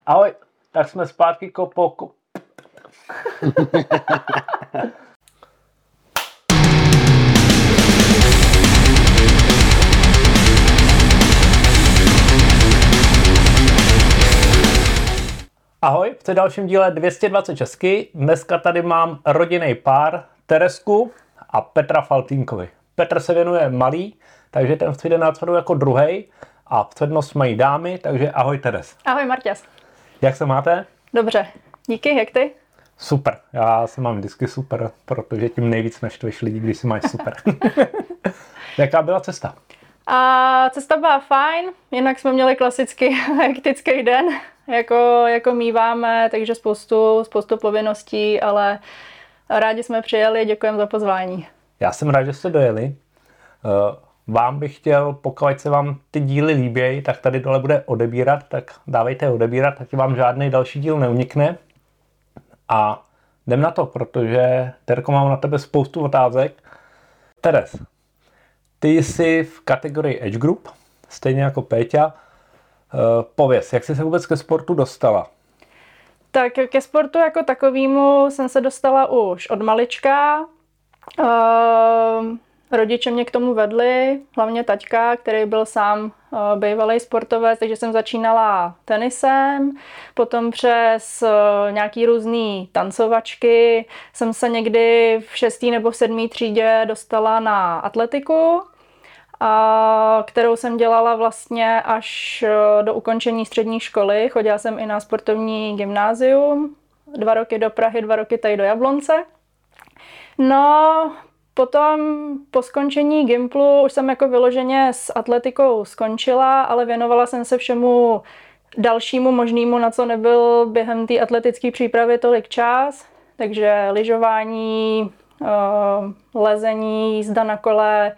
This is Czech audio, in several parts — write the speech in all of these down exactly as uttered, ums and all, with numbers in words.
Ahoj, tak jsme zpátky po... Ko... Ahoj, v dalším díle dvě stě dvacet Česky. Dneska tady mám rodinný pár, Teresku a Petra Faltýnkovi. Petr se věnuje malý, takže ten jde na cenu jako druhej a přednost mají dámy, takže ahoj Teres. Ahoj Marťas. Jak se máte? Dobře, díky, jak ty? Super, já se mám vždycky super, protože tím nejvíc naštveš lidi, když si máš super. Jaká byla cesta? A cesta byla fajn, jinak jsme měli klasicky hektický den, jako, jako míváme, takže spoustu, spoustu povinností, ale rádi jsme přijeli, děkujeme za pozvání. Já jsem rád, že jste dojeli. Vám bych chtěl, pokud se vám ty díly líbějí, tak tady dole bude odebírat, tak dávejte odebírat, ať vám žádný další díl neunikne. A jdem na to, protože Terko, mám na tebe spoustu otázek. Teres, ty jsi v kategorii Age Group, stejně jako Péťa. Pověz, jak jsi se vůbec ke sportu dostala? Tak ke sportu jako takovému jsem se dostala už od malička. Rodiče mě k tomu vedli, hlavně taťka, který byl sám bývalý sportovec, takže jsem začínala tenisem, potom přes nějaký různý tancovačky jsem se někdy v šestý nebo v sedmý třídě dostala na atletiku, a kterou jsem dělala vlastně až do ukončení střední školy. Chodila jsem i na sportovní gymnázium, dva roky do Prahy, dva roky tady do Jablonce. No, potom po skončení gymplu už jsem jako vyloženě s atletikou skončila, ale věnovala jsem se všemu dalšímu možnému, na co nebyl během té atletické přípravy tolik čas. Takže lyžování, lezení, jízda na kole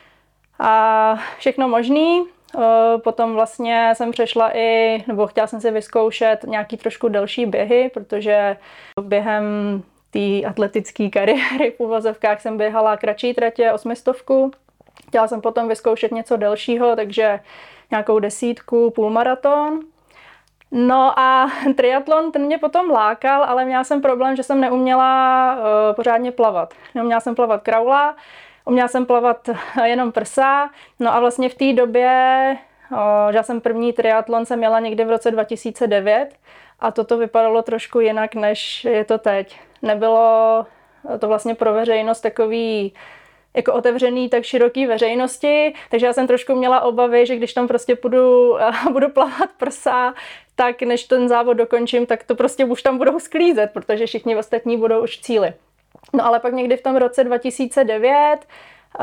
a všechno možný. Potom vlastně jsem přešla i, nebo chtěla jsem si vyzkoušet nějaký trošku delší běhy, protože během té atletické kariéry v uvozovkách jsem běhala kratší tratě, osmistovku. Chtěla jsem potom vyzkoušet něco delšího, takže nějakou desítku, půlmaraton. No a triatlon, ten mě potom lákal, ale měla jsem problém, že jsem neuměla uh, pořádně plavat. Neuměla jsem plavat kraula, uměla jsem plavat jenom prsa. No a vlastně v té době, uh, že já jsem první triatlon jsem měla někdy v roce dva tisíce devět a toto vypadalo trošku jinak, než je to teď. Nebylo to vlastně pro veřejnost takový jako otevřený tak široký veřejnosti, takže já jsem trošku měla obavy, že když tam prostě budu, budu plavat prsa, tak než ten závod dokončím, tak to prostě už tam budou sklízet, protože všichni ostatní budou už v cíli. No ale pak někdy v tom roce dva tisíce devět uh,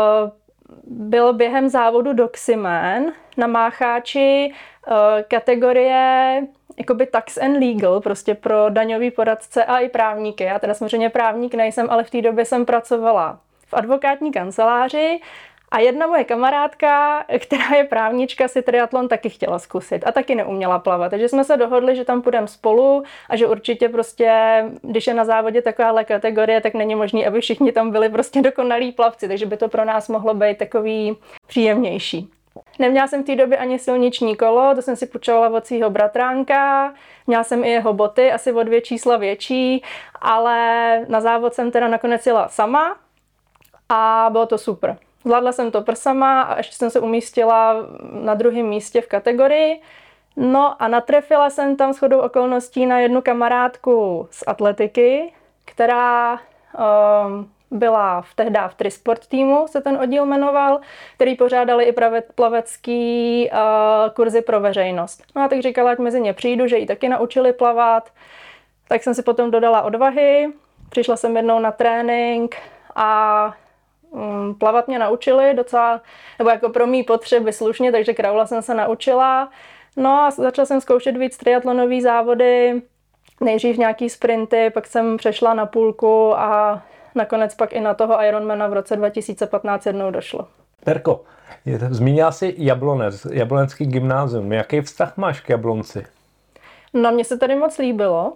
byl během závodu Doximan na Mácháči uh, kategorie jakoby tax and legal, prostě pro daňový poradce a i právníky. Já teda samozřejmě právník nejsem, ale v té době jsem pracovala v advokátní kanceláři a jedna moje kamarádka, která je právnička, si triatlon taky chtěla zkusit a taky neuměla plavat. Takže jsme se dohodli, že tam půjdeme spolu a že určitě prostě, když je na závodě takováhle kategorie, tak není možný, aby všichni tam byli prostě dokonalí plavci, takže by to pro nás mohlo být takový příjemnější. Neměla jsem v té době ani silniční kolo, to jsem si půjčovala od svého bratránka, měla jsem i jeho boty, asi o dvě čísla větší, ale na závod jsem teda nakonec jela sama a bylo to super. Zvládla jsem to prsama a ještě jsem se umístila na druhém místě v kategorii. No a natrefila jsem tam shodou okolností na jednu kamarádku z atletiky, která um, byla v tehdy v Trisport týmu, se ten oddíl jmenoval, který pořádali i plavecký uh, kurzy pro veřejnost. No a tak říkala, ať mezi ně přijdu, že ji taky naučili plavat. Tak jsem si potom dodala odvahy, přišla jsem jednou na trénink a um, plavat mě naučili docela, nebo jako pro mý potřeby slušně, takže kraula jsem se naučila. No a začala jsem zkoušet víc triatlonový závody, nejdřív nějaký sprinty, pak jsem přešla na půlku a nakonec pak i na toho Ironmana v roce dva tisíce patnáct jednou došlo. Terko, zmínila jsi Jablonec, Jablonský gymnázium. Jaký vztah máš k Jablonci? No, mně se tady moc líbilo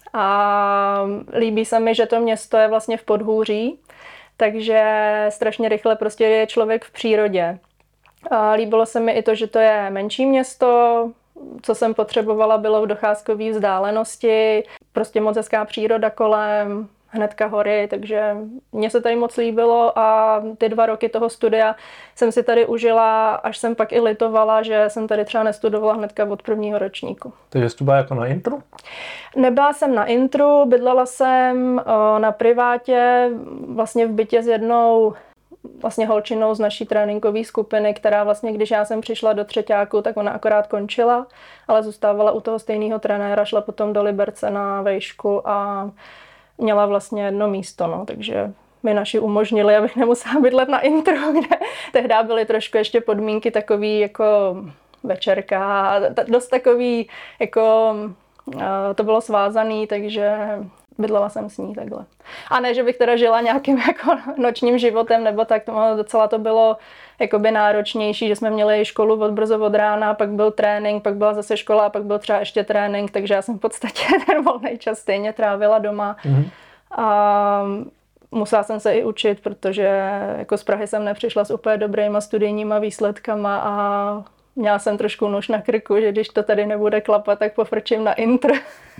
a líbí se mi, že to město je vlastně v podhůří, takže strašně rychle prostě je člověk v přírodě. A líbilo se mi i to, že to je menší město, co jsem potřebovala, bylo v docházkové vzdálenosti, prostě moc hezká příroda kolem, hnedka hory, takže mně se tady moc líbilo a ty dva roky toho studia jsem si tady užila, až jsem pak i litovala, že jsem tady třeba nestudovala hnedka od prvního ročníku. Takže jsi byla jako na intru? Nebyla jsem na intru, bydlela jsem na privátě, vlastně v bytě s jednou vlastně holčinou z naší tréninkové skupiny, která vlastně, když já jsem přišla do třeťáku, tak ona akorát končila, ale zůstávala u toho stejného trenéra, šla potom do Liberce na vejšku a měla vlastně jedno místo, no, takže mi naši umožnili, abych nemusela bydlet na intru, kde tehdy byly trošku ještě podmínky takový jako večerka, dost takový jako to bylo svázaný, takže bydlela jsem s ní takhle. A ne, že bych teda žila nějakým jako nočním životem, nebo tak, to, docela to bylo jakoby náročnější, že jsme měli školu od brzo od rána, pak byl trénink, pak byla zase škola a pak byl třeba ještě trénink, takže já jsem v podstatě ten volný čas stejně trávila doma. Mm-hmm. A musela jsem se i učit, protože jako z Prahy jsem nepřišla s úplně dobrýma studijníma výsledkama a měla jsem trošku nůž na krku, že když to tady nebude klapat, tak pofrčím na intr.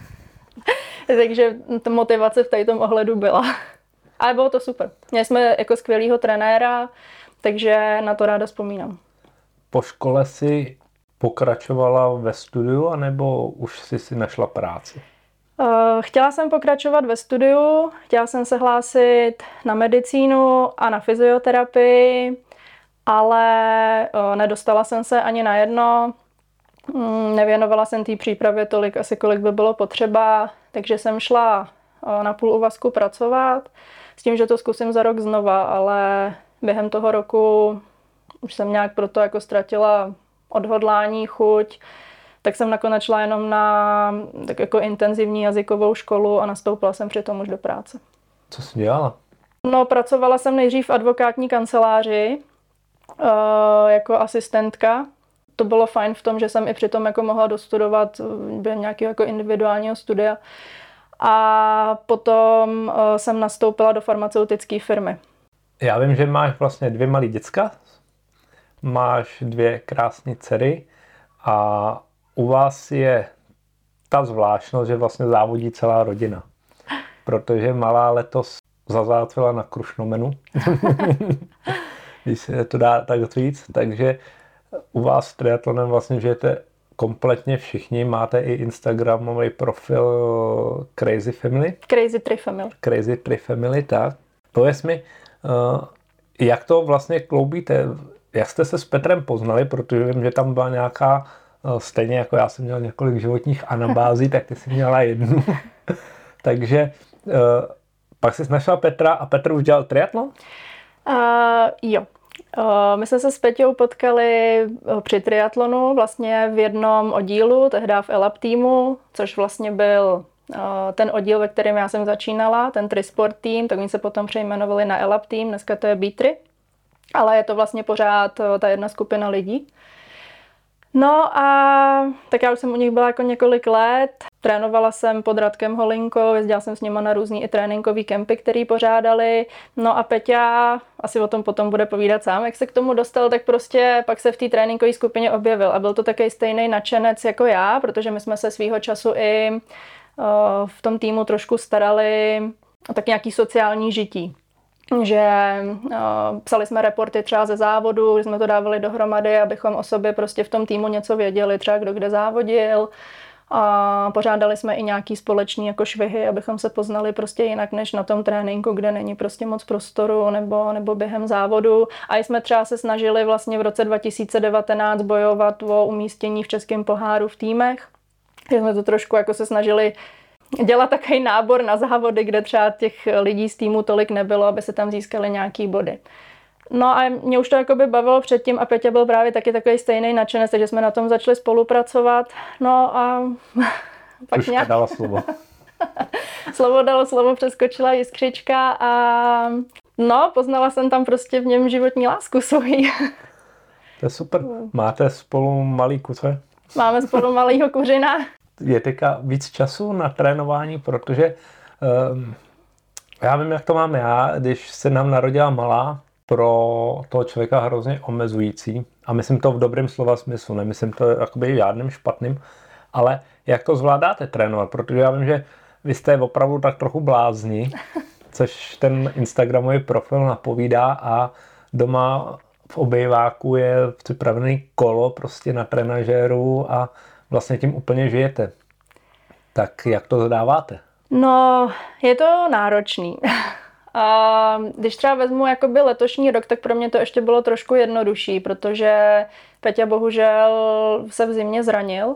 Takže ta motivace v tom ohledu byla. Ale bylo to super. Měli jsme jako skvělýho trenéra, takže na to ráda vzpomínám. Po škole si pokračovala ve studiu, anebo už jsi si našla práci? Chtěla jsem pokračovat ve studiu, chtěla jsem se hlásit na medicínu a na fyzioterapii, ale nedostala jsem se ani na jedno. Nevěnovala jsem té přípravě tolik, asi kolik by bylo potřeba, takže jsem šla na půl úvazku pracovat s tím, že to zkusím za rok znova, ale během toho roku už jsem nějak proto jako ztratila odhodlání, chuť, tak jsem nakonec šla jenom na tak jako intenzivní jazykovou školu a nastoupila jsem přitom už do práce. Co jsi dělala? No, pracovala jsem nejdřív v advokátní kanceláři jako asistentka. To bylo fajn v tom, že jsem i přitom jako mohla dostudovat během nějakého jako individuálního studia. A potom jsem nastoupila do farmaceutické firmy. Já vím, že máš vlastně dvě malé děcka, máš dvě krásné dcery a u vás je ta zvláštnost, že vlastně závodí celá rodina. Protože malá letos zazácvila na Krušnomenu, když se to dá tak říct, takže u vás s triatlonem vlastně žijete kompletně všichni, máte i instagramový profil Crazy Family. Crazy Tri Family. Crazy Tri Family, tak. Pověz mi, jak to vlastně kloubíte, jak jste se s Petrem poznali, protože vím, že tam byla nějaká, stejně jako já jsem měl několik životních anabází, tak ty jsi měla jednu. Takže pak jsi našla Petra a Petr už dělal triatlon? Uh, jo. My jsme se s Peťou potkali při triatlonu vlastně v jednom oddílu, tehdy v Elab týmu, což vlastně byl ten oddíl, ve kterém já jsem začínala, ten Trisport tým, tak oni se potom přejmenovali na Elab tým, dneska to je B-Tri, ale je to vlastně pořád ta jedna skupina lidí. No a tak já už jsem u nich byla jako několik let, trénovala jsem pod Radkem Holinkou, jezdila jsem s nima na různý i tréninkový kempy, který pořádali. No a Peťa, asi o tom potom bude povídat sám, jak se k tomu dostal, tak prostě pak se v té tréninkové skupině objevil a byl to takový stejný nadšenec jako já, protože my jsme se svýho času i uh, v tom týmu trošku starali o tak nějaký sociální žití. Že uh, psali jsme reporty třeba ze závodu, kdy jsme to dávali dohromady, abychom o sobě prostě v tom týmu něco věděli, třeba kdo kde závodil. A pořádali jsme i nějaký společný jako švihy, abychom se poznali prostě jinak než na tom tréninku, kde není prostě moc prostoru nebo, nebo během závodu. A jsme třeba se snažili vlastně v roce dva tisíce devatenáct bojovat o umístění v českém poháru v týmech. Že jsme to trošku jako se snažili dělat takový nábor na závody, kde třeba těch lidí z týmu tolik nebylo, aby se tam získaly nějaký body. No a mě už to jakoby bavilo předtím a Petě byl právě taky takový stejný nadšenec, takže jsme na tom začali spolupracovat. No a pak už nějak... dala slovo. slovo dalo slovo, přeskočila jiskřička a no, poznala jsem tam prostě v něm životní lásku svojí. To je super. Máte spolu malý kuře? Máme spolu malýho kuřina. Je teďka víc času na trénování, protože um, já vím, jak to mám já, když se nám narodila malá, pro toho člověka hrozně omezující. A myslím to v dobrém slova smyslu, nemyslím to jakoby žádným špatným, ale jak to zvládáte trénovat, protože já vím, že vy jste opravdu tak trochu blázni, což ten Instagramový profil napovídá a doma v obejváku je připravený kolo prostě na trenažéru a vlastně tím úplně žijete. Tak jak to zadáváte? No, je to náročný. A když třeba vezmu jakoby letošní rok, tak pro mě to ještě bylo trošku jednodušší, protože Peťa bohužel se v zimě zranil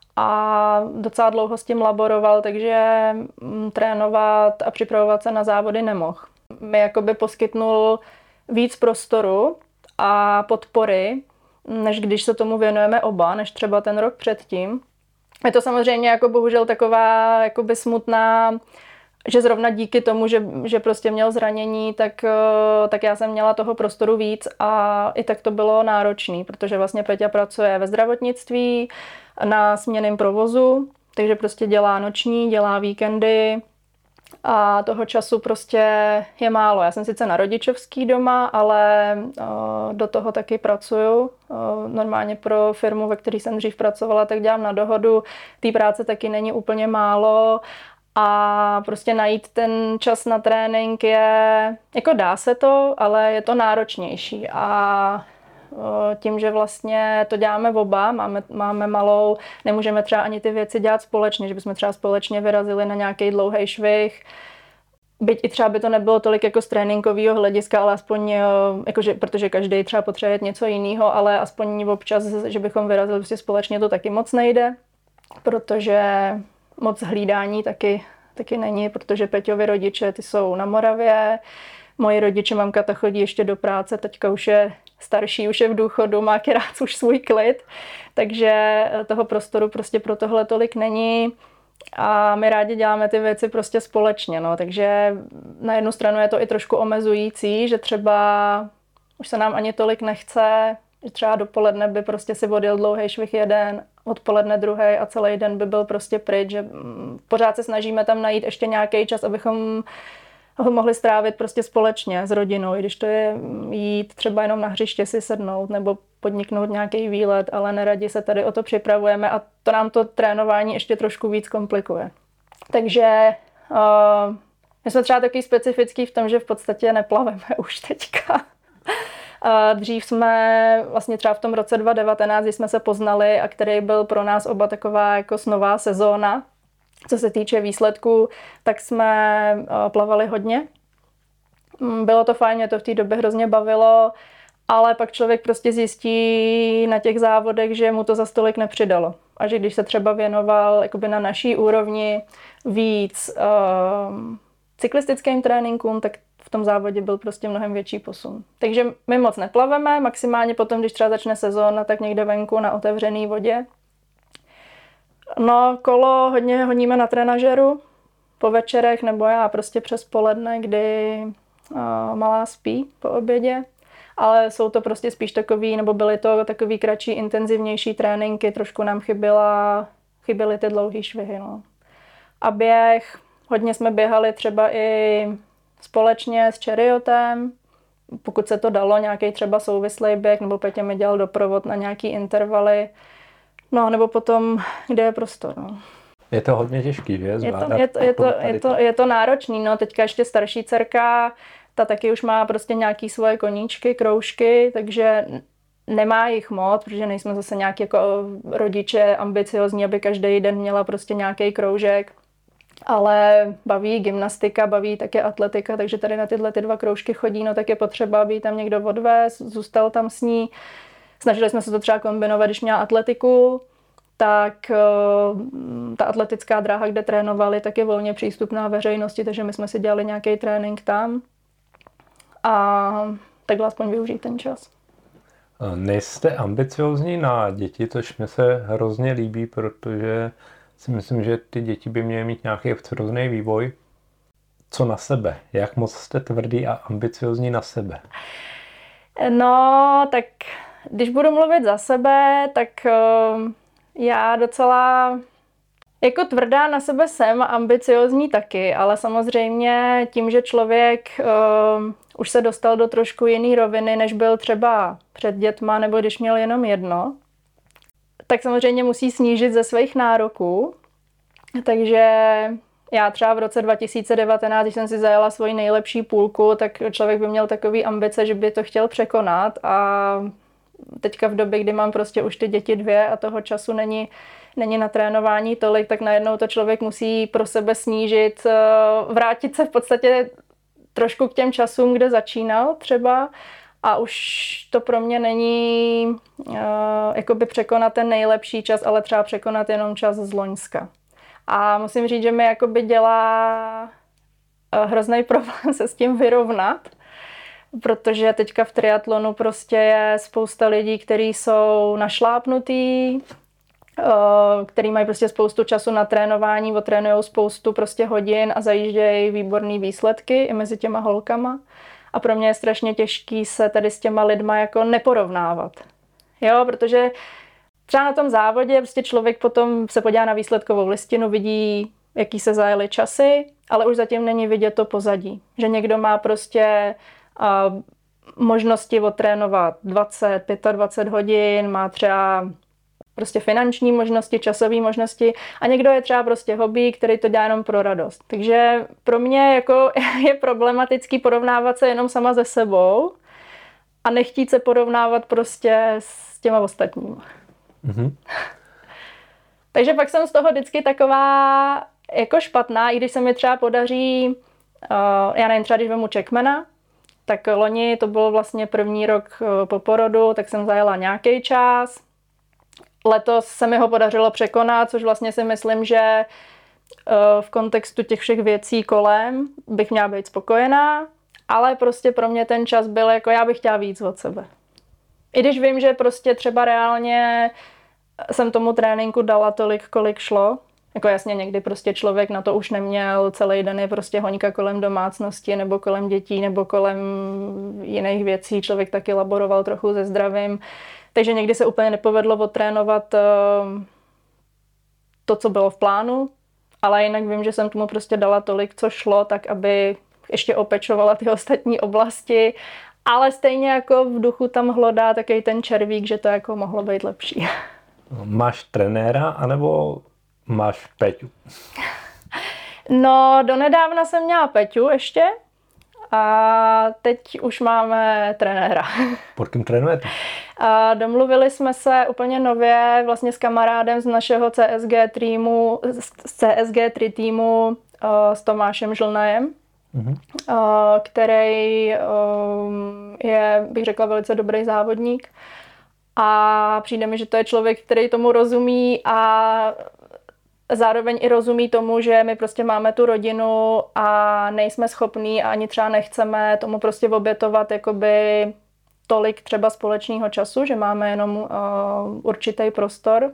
a docela dlouho s tím laboroval, takže trénovat a připravovat se na závody nemohl. Mi jakoby poskytnul víc prostoru a podpory, než když se tomu věnujeme oba, než třeba ten rok předtím. Je to samozřejmě jako bohužel taková jakoby smutná, že zrovna díky tomu, že, že prostě měl zranění, tak, tak já jsem měla toho prostoru víc a i tak to bylo náročný, protože vlastně Peťa pracuje ve zdravotnictví na směnném provozu, takže prostě dělá noční, dělá víkendy a toho času prostě je málo. Já jsem sice na rodičovský doma, ale do toho taky pracuju. Normálně pro firmu, ve které jsem dřív pracovala, tak dělám na dohodu. Té práce taky není úplně málo. A prostě najít ten čas na trénink je, jako dá se to, ale je to náročnější. A tím, že vlastně to děláme oba, máme, máme malou, nemůžeme třeba ani ty věci dělat společně, že bychom třeba společně vyrazili na nějaký dlouhý švih. Byť i třeba by to nebylo tolik jako z tréninkového hlediska, ale aspoň, jakože, protože každý třeba potřebuje něco jiného, ale aspoň občas, že bychom vyrazili prostě společně, to taky moc nejde, protože moc hlídání taky, taky není, protože Peťovi rodiče, ty jsou na Moravě, moji rodiče, mamka ta chodí ještě do práce, teďka už je starší, už je v důchodu, má krát už svůj klid, takže toho prostoru prostě pro tohle tolik není a my rádi děláme ty věci prostě společně, no, takže na jednu stranu je to i trošku omezující, že třeba už se nám ani tolik nechce, že třeba dopoledne by prostě si odjel dlouhý švih jeden, odpoledne druhý a celý den by byl prostě pryč, že pořád se snažíme tam najít ještě nějaký čas, abychom ho mohli strávit prostě společně s rodinou, i když to je jít třeba jenom na hřiště si sednout nebo podniknout nějaký výlet, ale neradi se tady o to připravujeme a to nám to trénování ještě trošku víc komplikuje. Takže uh, my jsme třeba taky specifický v tom, že v podstatě neplaveme už teďka. Dřív jsme vlastně třeba v tom roce dva tisíce devatenáct, kdy jsme se poznali a který byl pro nás oba taková jako snová sezóna, co se týče výsledků, tak jsme plavali hodně. Bylo to fajn, mě to v té době hrozně bavilo, ale pak člověk prostě zjistí na těch závodech, že mu to za stolik nepřidalo. A že když se třeba věnoval jakoby na naší úrovni víc uh, cyklistickým tréninkům, tak v tom závodě byl prostě mnohem větší posun. Takže my moc neplaveme, maximálně potom, když třeba začne sezóna, tak někde venku na otevřené vodě. No, kolo hodně honíme na trenažeru po večerech, nebo já prostě přes poledne, kdy uh, malá spí po obědě. Ale jsou to prostě spíš takový, nebo byly to takový kratší, intenzivnější tréninky, trošku nám chyběla, chyběly ty dlouhý švihy. No. A běh, hodně jsme běhali třeba i společně s Čeriotem, pokud se to dalo, nějaký třeba souvislý běh, nebo Petě mi dělal doprovod na nějaký intervaly, no nebo potom, kde je prostor. No. Je to hodně těžký, že? Je to, je, to, je, to, je, to, je to náročný, no teďka ještě starší dcerka, ta taky už má prostě nějaký svoje koníčky, kroužky, takže nemá jich moc, protože nejsme zase nějaký jako rodiče ambiciozní, aby každý den měla prostě nějaký kroužek. Ale baví gymnastika, baví také atletika, takže tady na tyhle ty dva kroužky chodí, no tak je potřeba, aby tam někdo odvez, zůstal tam s ní. Snažili jsme se to třeba kombinovat, když měla atletiku, tak ta atletická dráha, kde trénovali, tak je volně přístupná veřejnosti, takže my jsme si dělali nějaký trénink tam a takhle aspoň využít ten čas. Nejste ambiciozní na děti, což mi se hrozně líbí, protože si myslím, že ty děti by měly mít nějaký přirozený vývoj. Co na sebe? Jak moc jste tvrdý a ambiciozní na sebe? No, tak když budu mluvit za sebe, tak uh, já docela Jako tvrdá na sebe jsem, ambiciozní taky, ale samozřejmě tím, že člověk uh, už se dostal do trošku jiný roviny, než byl třeba před dětma, nebo když měl jenom jedno, tak samozřejmě musí snížit ze svých nároků. Takže já třeba v roce dva tisíce devatenáct, když jsem si zajela svoji nejlepší půlku, tak člověk by měl takový ambice, že by to chtěl překonat, a teďka v době, kdy mám prostě už ty děti dvě a toho času není, není na trénování tolik, tak najednou to člověk musí pro sebe snížit, vrátit se v podstatě trošku k těm časům, kde začínal třeba, a už to pro mě není uh, jakoby překonat ten nejlepší čas, ale třeba překonat jenom čas z loňska. A musím říct, že mi jakoby dělá uh, hrozný problém se s tím vyrovnat, protože teďka v triatlonu prostě je spousta lidí, kteří jsou našlápnutí, který mají prostě spoustu času na trénování, otrénujou spoustu prostě hodin a zajíždějí výborný výsledky i mezi těma holkama. A pro mě je strašně těžký se tady s těma lidma jako neporovnávat. Jo, protože třeba na tom závodě prostě člověk potom se podívá na výsledkovou listinu, vidí, jaký se zajeli časy, ale už zatím není vidět to pozadí. Že někdo má prostě uh, možnosti otrénovat dvacet, dvacet pět hodin, má třeba prostě finanční možnosti, časové možnosti, a někdo je třeba prostě hobby, který to dělá jenom pro radost. Takže pro mě jako je problematický porovnávat se jenom sama se sebou a nechtít se porovnávat prostě s těma ostatními. Mm-hmm. Takže pak jsem z toho vždycky taková jako špatná, i když se mi třeba podaří, uh, já nevím, třeba když vemu Czechmana, tak loni to byl vlastně první rok po porodu, tak jsem zajela nějaký čas. Letos se mi ho podařilo překonat, což vlastně si myslím, že v kontextu těch všech věcí kolem bych měla být spokojená, ale prostě pro mě ten čas byl jako, já bych chtěla víc od sebe. I když vím, že prostě třeba reálně jsem tomu tréninku dala tolik, kolik šlo. Jako jasně, někdy prostě člověk na to už neměl, celý den je prostě hoňka kolem domácnosti nebo kolem dětí nebo kolem jiných věcí. Člověk taky laboroval trochu se zdravím. Takže někdy se úplně nepovedlo otrénovat to, co bylo v plánu, ale jinak vím, že jsem tomu prostě dala tolik, co šlo, tak aby ještě opečovala ty ostatní oblasti, ale stejně jako v duchu tam hlodá takový ten červík, že to jako mohlo být lepší. Máš trenéra, anebo máš Peťu? No, donedávna jsem měla Peťu ještě, a teď už máme trenéra. Pod kým trénujete? A domluvili jsme se úplně nově vlastně s kamarádem z našeho C S G týmu, z C S G tři týmu, s Tomášem Žlnajem, mm-hmm. který je, bych řekla, velice dobrý závodník. A přijde mi, že to je člověk, který tomu rozumí a zároveň i rozumí tomu, že my prostě máme tu rodinu a nejsme schopní a ani třeba nechceme tomu prostě obětovat jakoby tolik třeba společného času, že máme jenom uh, určitý prostor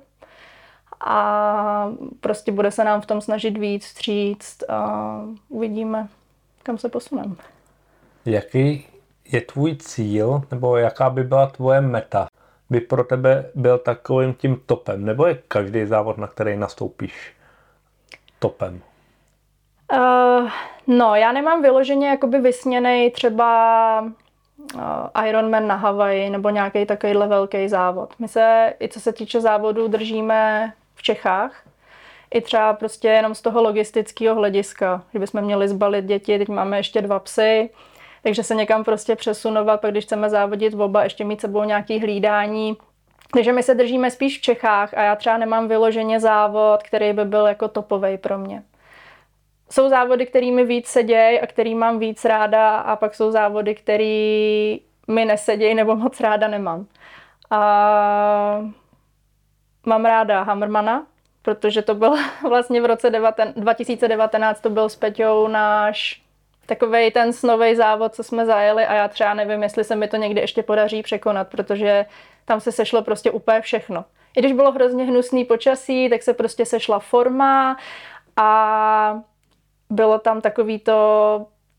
a prostě bude se nám v tom snažit víc vstříct a uvidíme, kam se posuneme. Jaký je tvůj cíl, nebo jaká by byla tvoje meta? By pro tebe byl takovým tím topem, nebo je každý závod, na který nastoupíš, topem? Uh, no, já nemám vyloženě jakoby vysněnej třeba uh, Ironman na Havaji nebo nějaký takovýhle velký závod. My se, i co se týče závodů, držíme v Čechách. I třeba prostě jenom z toho logistického hlediska, že bychom měli zbalit děti, teď máme ještě dva psy, takže se někam prostě přesunovat, pak když chceme závodit oba, ještě mít sebou nějaké hlídání. Takže my se držíme spíš v Čechách a já třeba nemám vyloženě závod, který by byl jako topovej pro mě. Jsou závody, který mi víc sedějí a který mám víc ráda, a pak jsou závody, který mi nesedějí nebo moc ráda nemám. A mám ráda Hammermana, protože to byl vlastně v roce dva tisíce devatenáct, to byl s Peťou náš takovej ten snovej závod, co jsme zajeli, a já třeba nevím, jestli se mi to někdy ještě podaří překonat, protože tam se sešlo prostě úplně všechno. I když bylo hrozně hnusný počasí, tak se prostě sešla forma a bylo tam takový to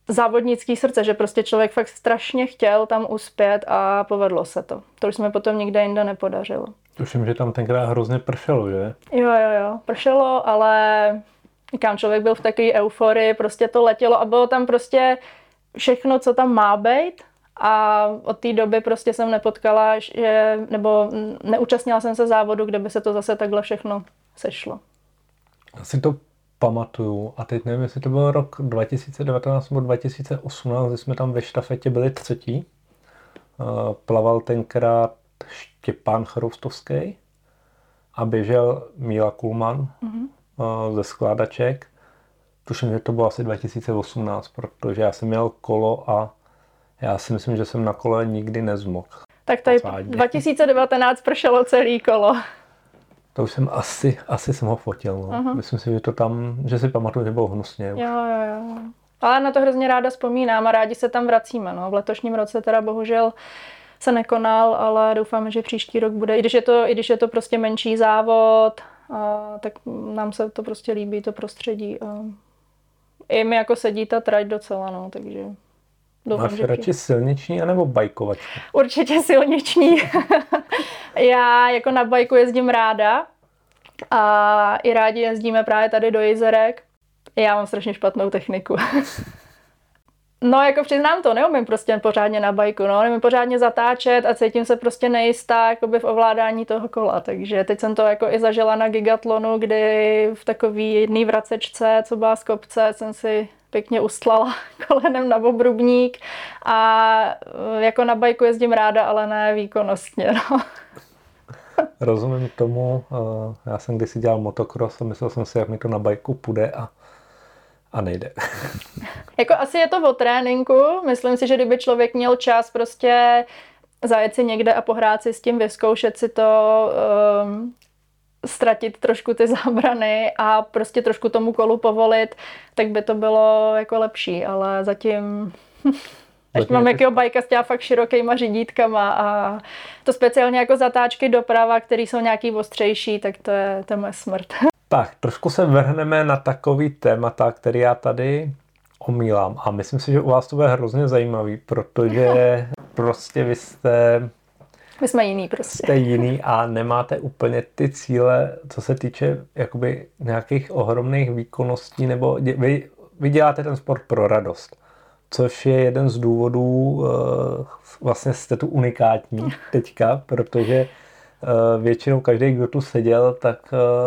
závodnický srdce, že prostě člověk fakt strašně chtěl tam uspět a povedlo se to. To už jsme potom nikde jinde nepodařilo. Tuším, že tam tenkrát hrozně pršelo, že? Jo, jo, jo, pršelo, ale říkám, člověk byl v takové euforii, prostě to letělo a bylo tam prostě všechno, co tam má být. A od té doby prostě jsem nepotkala, že, nebo neúčastnila jsem se závodu, kde by se to zase takhle všechno sešlo. Já si to pamatuju a teď nevím, jestli to byl rok dva tisíce devatenáct nebo dva tisíce osmnáct, kdy jsme tam ve štafetě byli třetí. Plaval tenkrát Štěpán Chroustovský a běžel Míla Kulman mm-hmm. ze skládaček. Tuším, že to bylo asi dva tisíce osmnáct, protože já jsem měl kolo a já si myslím, že jsem na kole nikdy nezmokl. Tak tady dva tisíce devatenáct pršelo celý kolo. To už jsem asi, asi jsem ho fotil. No. Uh-huh. Myslím si, že to tam, že si pamatuju, že bylo hnusně. Jo, jo, jo. Ale na to hrozně ráda vzpomínám a rádi se tam vracíme. No. V letošním roce teda bohužel se nekonal, ale doufáme, že příští rok bude. I když je to, i když je to prostě menší závod, a, tak nám se to prostě líbí, to prostředí. A i mi jako sedí ta trať docela, no, takže doufám, máš že radši silniční anebo bajkovačku? Určitě silniční. Já jako na bajku jezdím ráda a i rádi jezdíme právě tady do Jizerek. Já mám strašně špatnou techniku. No jako přiznám to, neumím prostě pořádně na bajku, no, neumím pořádně zatáčet a cítím se prostě nejistá jakoby v ovládání toho kola, takže teď jsem to jako i zažila na gigatlonu, kdy v takový jedný vracečce, co byla z kopce, jsem si pěkně ustlala kolenem na obrubník a jako na bajku jezdím ráda, ale ne výkonnostně, no. Rozumím tomu, já jsem kdysi dělal motocross a myslel jsem si, jak mi to na bajku půjde a A nejde. Jako asi je to o tréninku. Myslím si, že kdyby člověk měl čas prostě zajet si někde a pohrát si s tím, vyzkoušet si to, um, ztratit trošku ty zábrany a prostě trošku tomu kolu povolit, tak by to bylo jako lepší, ale zatím... Ještě mám jakýho bajka s těma fakt širokýma řidítkama a to speciálně jako zatáčky doprava, které jsou nějaký ostřejší, tak to je, to je moje smrt. Tak, trošku se vrhneme na takový témata, který já tady omílám. A myslím si, že u vás to bude hrozně zajímavý, protože prostě vy jste... My jsme jiný prostě. Jste jiný a nemáte úplně ty cíle, co se týče jakoby nějakých ohromných výkonností, nebo dě, vy, vy děláte ten sport pro radost. Což je jeden z důvodů, vlastně jste tu unikátní teďka, protože většinou každý, kdo tu seděl, tak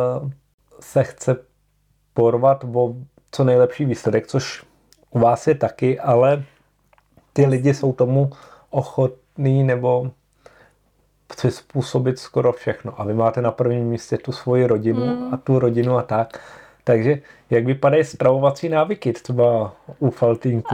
se chce porvat o co nejlepší výsledek, což u vás je taky, ale ty lidi jsou tomu ochotní nebo chci způsobit skoro všechno. A vy máte na prvním místě tu svoji rodinu mm. a tu rodinu a tak. Takže jak vypadají stravovací návyky třeba u Faltýnku?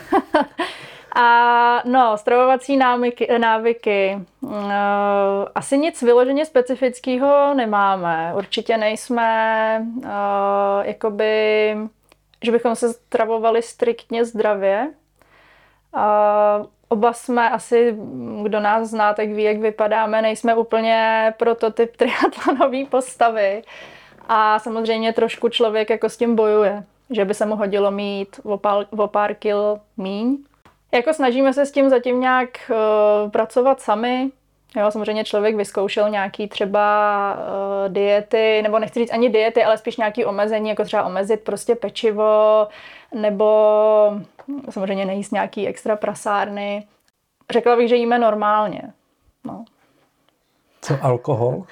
A no, stravovací návyky, návyky. Uh, asi nic vyloženě specifického nemáme. Určitě nejsme uh, jakoby, že bychom se stravovali striktně zdravě. Uh, oba jsme asi, kdo nás zná, tak ví, jak vypadáme. Nejsme úplně prototyp triatlonové postavy. A samozřejmě trošku člověk jako s tím bojuje, že by se mu hodilo mít o pár, o pár kil míň. Jako snažíme se s tím zatím nějak uh, pracovat sami. Jo, samozřejmě člověk vyzkoušel nějaký třeba uh, diety, nebo nechci říct ani diety, ale spíš nějaký omezení, jako třeba omezit prostě pečivo, nebo samozřejmě nejíst nějaký extra prasárny. Řekla bych, že jíme normálně. No. Co alkohol?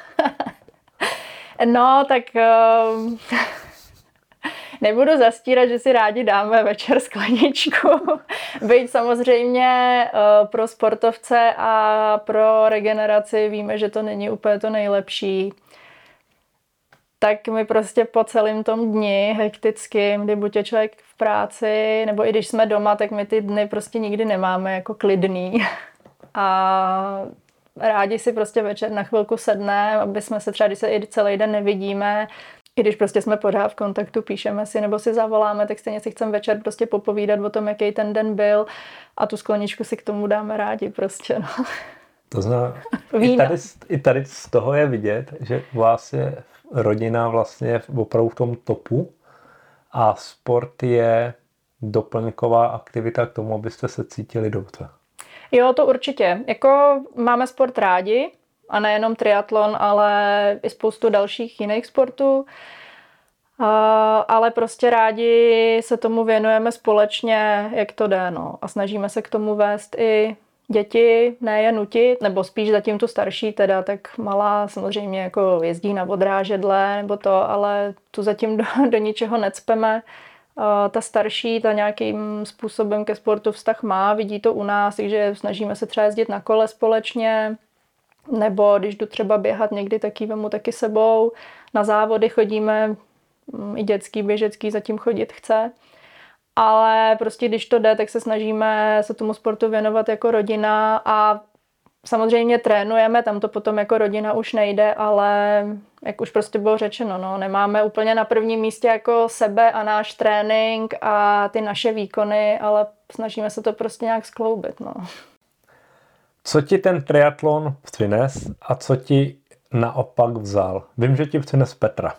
No, tak uh, nebudu zastírat, že si rádi dáme večer skleničku. Byť samozřejmě uh, pro sportovce a pro regeneraci víme, že to není úplně to nejlepší. Tak my prostě po celém tom dni hektickým, kdy buď je člověk v práci, nebo i když jsme doma, tak my ty dny prostě nikdy nemáme jako klidný. A rádi si prostě večer na chvilku sedneme, aby jsme se třeba, když se i celý den nevidíme, i když prostě jsme pořád v kontaktu, píšeme si nebo si zavoláme, tak stejně si chceme večer prostě popovídat o tom, jaký ten den byl a tu skleničku si k tomu dáme rádi prostě, no. To znamená, i tady, i tady z toho je vidět, že u vás je rodina vlastně opravdu v tom topu a sport je doplňková aktivita k tomu, abyste se cítili dobře. Jo, to určitě. Jako máme sport rádi, a nejenom triatlon, ale i spoustu dalších jiných sportů. Uh, ale prostě rádi se tomu věnujeme společně, jak to jde. No. A snažíme se k tomu vést i děti, ne je nutit, nebo spíš zatím tu starší teda, tak malá samozřejmě jako jezdí na odrážedle nebo to, ale tu zatím do, do ničeho necpeme. Uh, ta starší, ta nějakým způsobem ke sportu vztah má, vidí to u nás, takže snažíme se třeba jezdit na kole společně, nebo když jdu třeba běhat někdy, tak ji vemu taky sebou. Na závody chodíme, i dětský, běžecký zatím chodit chce. Ale prostě když to jde, tak se snažíme se tomu sportu věnovat jako rodina a samozřejmě trénujeme, tam to potom jako rodina už nejde, ale jak už prostě bylo řečeno, no, nemáme úplně na prvním místě jako sebe a náš trénink a ty naše výkony, ale snažíme se to prostě nějak skloubit. No. Co ti ten triatlon přines a co ti naopak vzal? Vím, že ti přines Petra.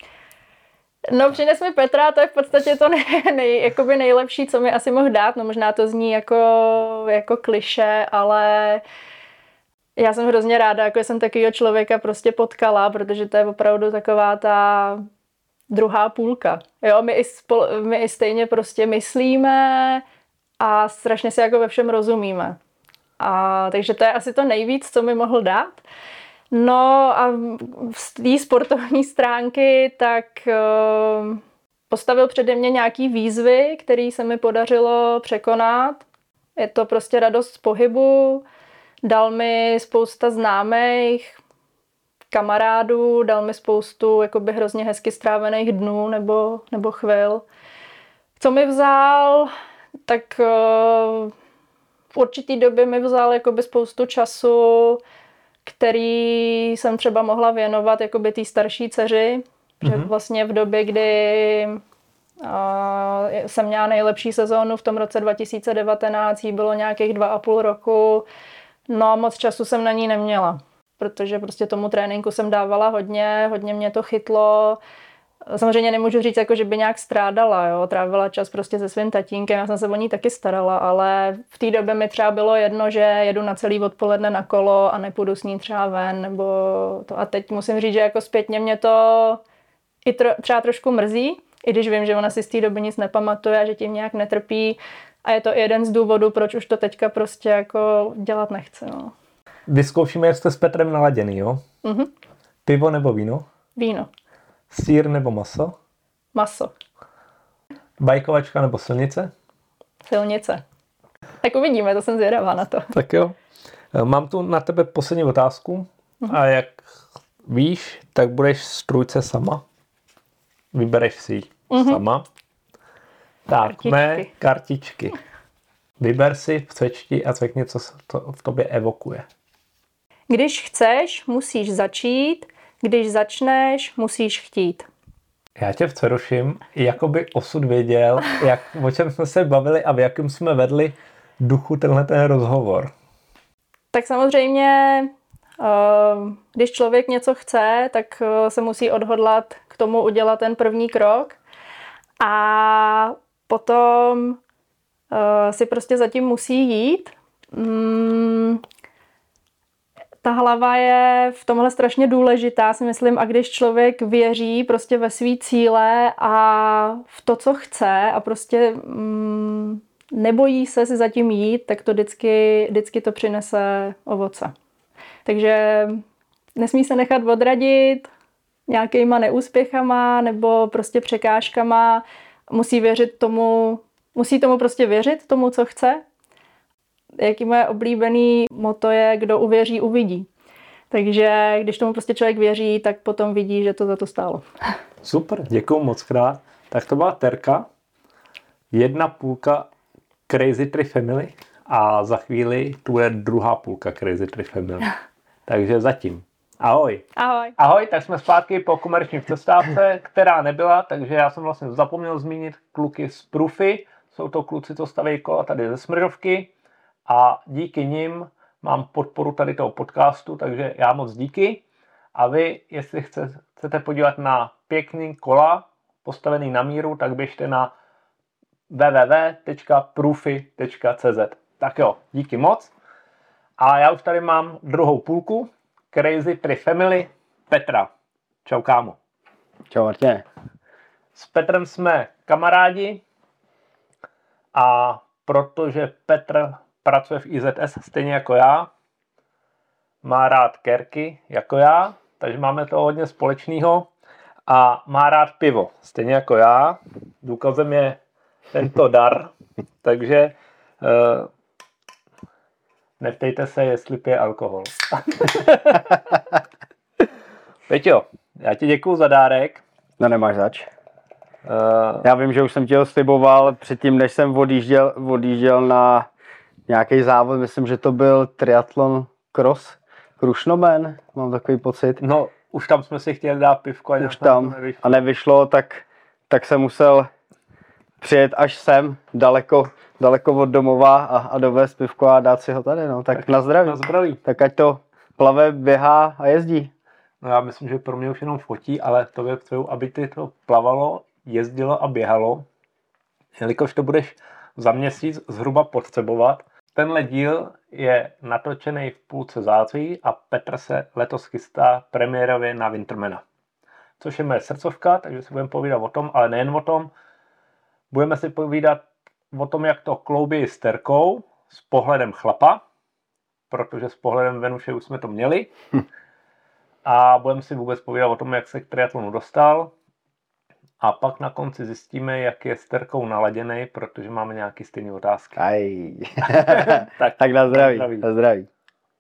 No, přines mi Petra, to je v podstatě to nej, nej, jakoby nejlepší, co mi asi mohl dát. No možná to zní jako, jako klišé, ale já jsem hrozně ráda, jako jsem takovýho člověka prostě potkala, protože to je opravdu taková ta druhá půlka. Jo, my i, spol, my i stejně prostě myslíme a strašně si jako ve všem rozumíme. A, takže to je asi to nejvíc, co mi mohl dát. No a z té sportovní stránky tak uh, postavil přede mě nějaký výzvy, které se mi podařilo překonat. Je to prostě radost z pohybu, dal mi spousta známých kamarádů, dal mi spoustu jakoby hrozně hezky strávených dnů nebo, nebo chvil. Co mi vzal, tak uh, v určitý době mi vzal jakoby spoustu času, který jsem třeba mohla věnovat jakoby té starší dceři, mm-hmm. že vlastně v době, kdy uh, jsem měla nejlepší sezónu v tom roce dva tisíce devatenáct, jí bylo nějakých dva a půl roku, no a moc času jsem na ní neměla, protože prostě tomu tréninku jsem dávala hodně, hodně mě to chytlo. Samozřejmě nemůžu říct, jako, že by nějak strádala, jo? Trávila čas prostě se svým tatínkem, já jsem se o ní taky starala, ale v té době mi třeba bylo jedno, že jedu na celý odpoledne na kolo a nepůjdu s ní třeba ven, nebo to. A teď musím říct, že jako zpětně mě to i tro, třeba trošku mrzí, i když vím, že ona si z té doby nic nepamatuje a že tím nějak netrpí a je to i jeden z důvodů, proč už to teďka prostě jako dělat nechce. No. Vyzkoušíme, jak jste s Petrem naladěný, jo? Mm-hmm. Pivo nebo víno? Víno. Sýr nebo maso? Maso. Bajkovačka nebo silnice? Silnice. Tak uvidíme, to jsem zvědavá na to. Tak jo. Mám tu na tebe poslední otázku. Uh-huh. A jak víš, tak budeš z trojce sama. Vybereš si ji uh-huh. sama. Tak, kartičky. Mé kartičky. Vyber si, přečti a řekni, co to v tobě evokuje. Když chceš, musíš začít. Když začneš, musíš chtít. Já tě přeruším, jakoby osud věděl, jak, o čem jsme se bavili a v jakém jsme vedli duchu tenhle ten rozhovor. Tak samozřejmě, když člověk něco chce, tak se musí odhodlat k tomu udělat ten první krok a potom si prostě zatím musí jít. Ta hlava je v tomhle strašně důležitá, si myslím, a když člověk věří prostě ve svý cíle a v to, co chce a prostě mm, nebojí se si zatím jít, tak to vždycky, vždycky to přinese ovoce. Takže nesmí se nechat odradit nějakýma neúspěchama nebo prostě překážkama. Musí věřit tomu, musí tomu prostě věřit, tomu, co chce. Jaký moje oblíbený motto je, kdo uvěří, uvidí. Takže když tomu prostě člověk věří, tak potom vidí, že to za to stálo. Super, děkuju moc krát. Tak to byla Terka, jedna půlka Crazy Tri Family a za chvíli tu bude druhá půlka Crazy Tri Family. Takže zatím. Ahoj. Ahoj. Ahoj, tak jsme zpátky po komerční přestávce, která nebyla, takže já jsem vlastně zapomněl zmínit kluky z Prufy. Jsou to kluci, co staví kola tady ze Smrdovky. A díky nim mám podporu tady toho podcastu, takže já moc díky. A vy, jestli chcete podívat na pěkný kola, postavený na míru, tak běžte na w w w tečka proofy tečka c z. Tak jo, díky moc. A já už tady mám druhou půlku, Crazy Tri Family, Petra. Čau, kámo. Čau, Martine. S Petrem jsme kamarádi a protože Petr pracuje v I Z S stejně jako já, má rád kerky jako já, takže máme to hodně společného a má rád pivo, stejně jako já. Důkazem je tento dar, takže uh, neptejte se, jestli pije alkohol. Peťo, já ti děkuju za dárek. No nemáš zač. Uh, Já vím, že už jsem ti ho sliboval předtím, než jsem odjížděl, odjížděl na nějaký závod, myslím, že to byl triatlon cross, Krušnomen, mám takový pocit. no, už tam jsme si chtěli dát pivko a Už tam nevyšlo. a nevyšlo, tak, tak jsem musel přijet až sem, daleko, daleko od domova a, a dovést pivko a dát si ho tady, no. Tak, tak na zdraví. Na zdraví. Tak ať to plave, běhá a jezdí. No já myslím, že pro mě už jenom fotí, ale to je přeju, aby ty to plavalo, jezdilo a běhalo. Jelikož to budeš za měsíc zhruba potřebovat. Tenhle díl je natočený v půlce září a Petr se letos chystá premiérově na Wintermana. Což je moje srdcovka, takže si budeme povídat o tom, ale nejen o tom. Budeme si povídat o tom, jak to kloubí s Terkou s pohledem chlapa, protože s pohledem Venuše už jsme to měli. A budeme si vůbec povídat o tom, jak se k triatlonu dostal. A pak na konci zjistíme, jak je s Terkou naladěnej, protože máme nějaké stejné otázky. Aj. tak, tak na zdraví. na zdraví. Na zdraví.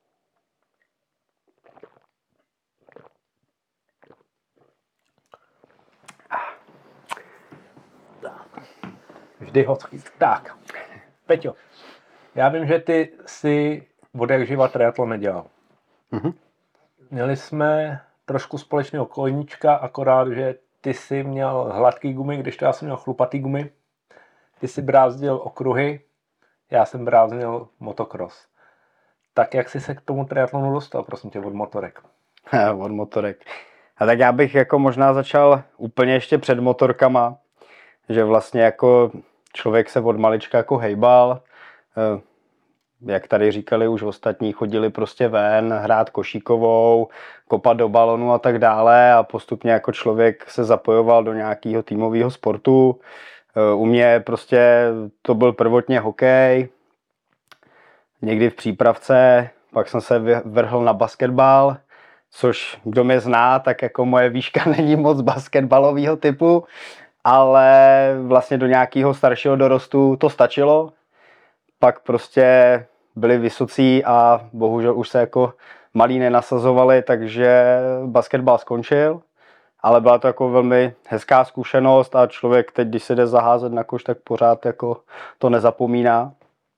Vždy hocký. Tak, Peťo, já vím, že ty si od jak živa triatlon nedělal. Mhm. Měli jsme trošku společného koníčka, akorát, že ty jsi měl hladký gumy, když to já jsem měl chlupatý gumy. Ty jsi brázdil okruhy, já jsem brázdil motocross. Tak jak jsi se k tomu triatlonu dostal, prosím tě, od motorek? Od motorek. A tak já bych jako možná začal úplně ještě před motorkama, že vlastně jako člověk se od malička jako hejbal, jak tady říkali už ostatní, chodili prostě ven, hrát košíkovou, kopat do balonu a tak dále a postupně jako člověk se zapojoval do nějakého týmového sportu. U mě prostě to byl prvotně hokej, někdy v přípravce, pak jsem se vrhl na basketbal, což kdo mě zná, tak jako moje výška není moc basketbalového typu, ale vlastně do nějakého staršího dorostu to stačilo. Pak prostě byli vysocí a bohužel už se jako malí nenasazovali, takže basketbal skončil. Ale byla to jako velmi hezká zkušenost a člověk teď, když se jde zaházet na koš, tak pořád jako to nezapomíná.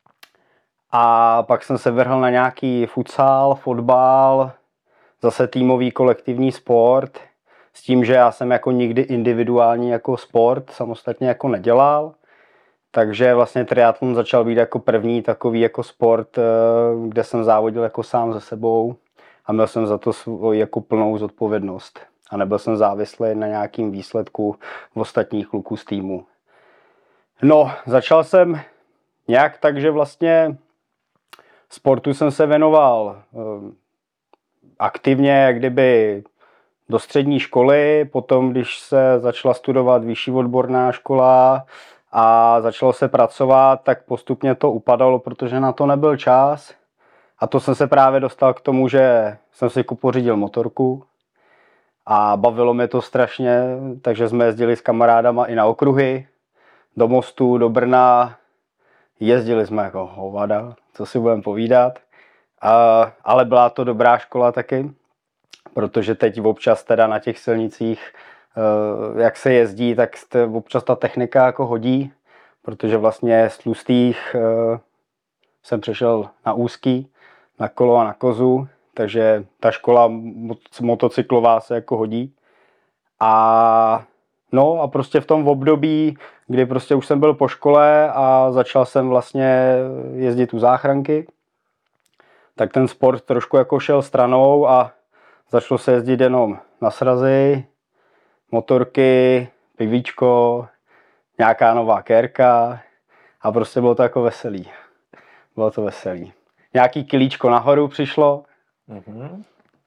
A pak jsem se vrhl na nějaký futsal, fotbal, zase týmový kolektivní sport. S tím, že já jsem jako nikdy individuální jako sport samostatně jako nedělal. Takže vlastně triatlon začal být jako první takový jako sport, kde jsem závodil jako sám se sebou a měl jsem za to svoji jako plnou zodpovědnost. A nebyl jsem závislý na nějakým výsledku v ostatních kluků z týmu. No, začal jsem nějak tak, že vlastně sportu jsem se věnoval aktivně, jak kdyby do střední školy, potom když se začala studovat vyšší odborná škola a začalo se pracovat, tak postupně to upadalo, protože na to nebyl čas. A to jsem se právě dostal k tomu, že jsem si pořídil motorku a bavilo mě to strašně, takže jsme jezdili s kamarádama i na okruhy, do Mostu, do Brna. Jezdili jsme jako hovada, co si budeme povídat. A, ale byla to dobrá škola taky, protože teď občas teda na těch silnicích, jak se jezdí, tak občas ta technika jako hodí, protože vlastně z tlustých jsem přešel na úzký, na kolo a na kozu, takže ta škola motocyklová se jako hodí. A no a prostě v tom období, kdy prostě už jsem byl po škole a začal jsem vlastně jezdit u záchranky, tak ten sport trošku jako šel stranou a začalo se jezdit jenom na srazy, motorky, pivíčko, nějaká nová kérka a prostě bylo to jako veselý. Bylo to veselý. Nějaký kilíčko nahoru přišlo, Mm-hmm.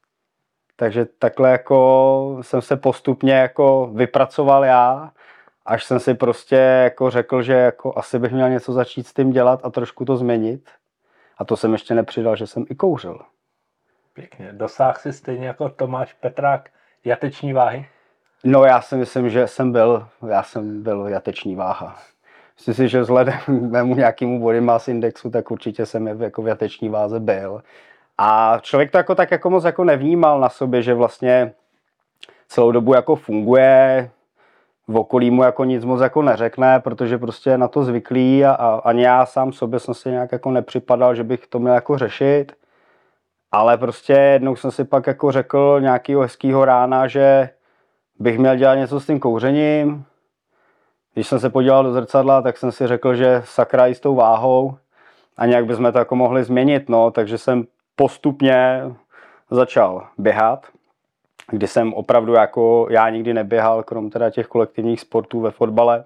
takže takhle jako jsem se postupně jako vypracoval já, až jsem si prostě jako řekl, že jako asi bych měl něco začít s tím dělat a trošku to změnit. A to jsem ještě nepřidal, že jsem i kouřil. Pěkně. Dosáhl si stejně jako Tomáš Petrák jateční váhy? No já si myslím, že jsem byl, já jsem byl jateční váha. Myslím si, že vzhledem k mému nějakému body mass indexu, tak určitě jsem jako v jateční váze byl. A člověk to jako tak jako moc jako nevnímal na sobě, že vlastně celou dobu jako funguje, v okolí mu jako nic moc jako neřekne, protože prostě je na to zvyklý a, a ani já sám sobě jsem si nějak jako nepřipadal, že bych to měl jako řešit. Ale prostě jednou jsem si pak jako řekl nějakýho hezkýho rána, že bych měl dělat něco s tím kouřením. Když jsem se podíval do zrcadla, tak jsem si řekl, že sakra i s tou váhou a nějak bychom to jako mohli změnit, no, takže jsem postupně začal běhat, kdy jsem opravdu jako, já nikdy neběhal, krom teda těch kolektivních sportů ve fotbale.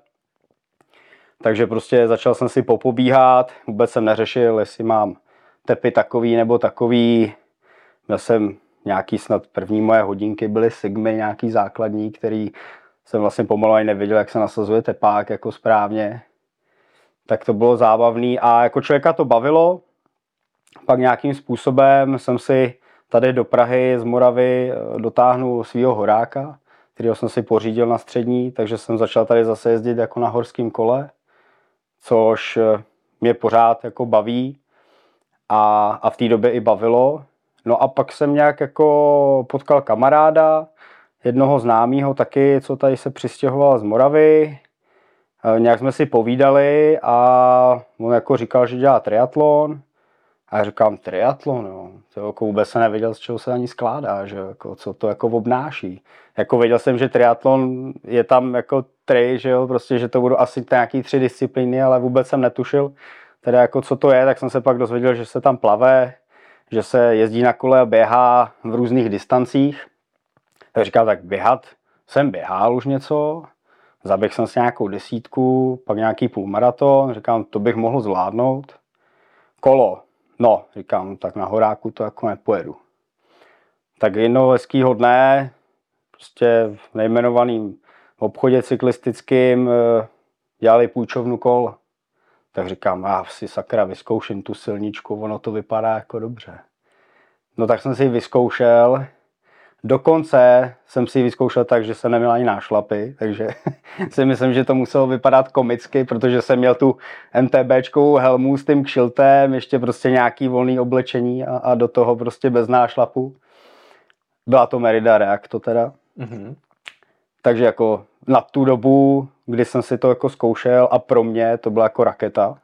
Takže prostě začal jsem si popobíhat, vůbec jsem neřešil, jestli mám tepy takový nebo takový. Měl jsem nějaký snad první moje hodinky byly Sigmy, nějaký základní, který jsem vlastně pomalu ani nevěděl, jak se nasazuje tepák jako správně. Tak to bylo zábavný a jako člověka to bavilo. Pak nějakým způsobem jsem si tady do Prahy z Moravy dotáhnul svýho horáka, kterého jsem si pořídil na střední, takže jsem začal tady zase jezdit jako na horském kole, což mě pořád jako baví a, a v té době i bavilo. No a pak jsem nějak jako potkal kamaráda, jednoho známého taky, co tady se přistěhoval z Moravy. Nějak jsme si povídali a on jako říkal, že dělá triatlon. A já říkám, triatlon, jo. To jako vůbec se nevěděl, z čeho se ani skládá, že jako, co to jako obnáší. Jako věděl jsem, že triatlon je tam jako tri, že jo, prostě, že to budou asi nějaký tři disciplíny, ale vůbec jsem netušil, teda jako co to je, tak jsem se pak dozvěděl, že se tam plave, že se jezdí na kole a běhá v různých distancích. Tak říkal, tak běhat jsem běhal už něco, zaběhl jsem si nějakou desítku, pak nějaký půlmaraton, říkám, to bych mohl zvládnout. Kolo, no, říkám, tak na horáku to jako nepojedu. Tak jednoho hezkýho dne, prostě v nejmenovaném obchodě cyklistickým dělali půjčovnu kol. Tak říkám, já si sakra vyzkouším tu silničku, ono to vypadá jako dobře. No tak jsem si ji vyzkoušel. Dokonce jsem si ji vyzkoušel tak, že jsem neměl ani nášlapy, takže si myslím, že to muselo vypadat komicky, protože jsem měl tu MTBčkovou helmu s tím kšiltem, ještě prostě nějaký volný oblečení a, a do toho prostě bez nášlapu. Byla to Merida Reacto teda. Mm-hmm. Takže jako na tu dobu, kdy jsem si to jako zkoušel a pro mě to byla jako raketa.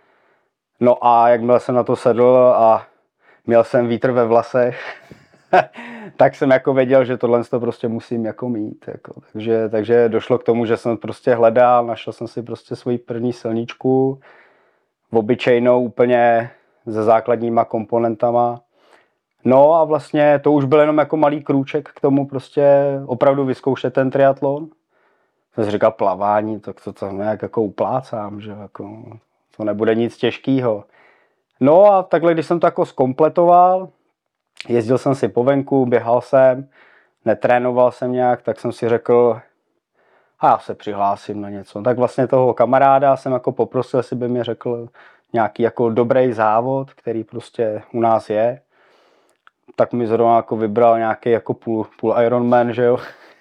No a jakmile jsem na to sedl a měl jsem vítr ve vlasech, tak jsem jako věděl, že tohle to prostě musím jako mít. Jako. Takže, takže došlo k tomu, že jsem prostě hledal, našel jsem si prostě svoji první silničku, obyčejnou úplně se základníma komponentama. No a vlastně to už byl jenom jako malý krůček k tomu prostě opravdu vyzkoušet ten triatlon. Jsem si říkal plavání, tak to tam nějak jako uplácám, že jako to nebude nic těžkého. No a takhle, když jsem to jako zkompletoval, jezdil jsem si po venku, běhal jsem, netrénoval jsem nějak, tak jsem si řekl, a já se přihlásím na něco. Tak vlastně toho kamaráda jsem jako poprosil, jestli by mi řekl nějaký jako dobrý závod, který prostě u nás je. Tak mi zrovna jako vybral nějaký jako půl, půl Ironman, že jo.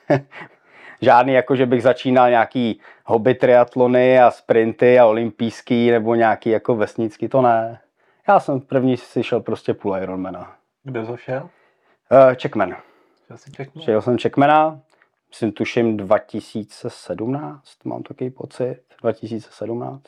Žádný jako, že bych začínal nějaký hobby triatlony a sprinty a olympijský nebo nějaký jako vesnický, to ne. Já jsem první si šel prostě půl Ironmana. Kde to šel? Uh, Checkman. Checkman. Šel jsem Checkmana, myslím tuším dva tisíce sedmnáct, mám takový pocit, dva tisíce sedmnáct.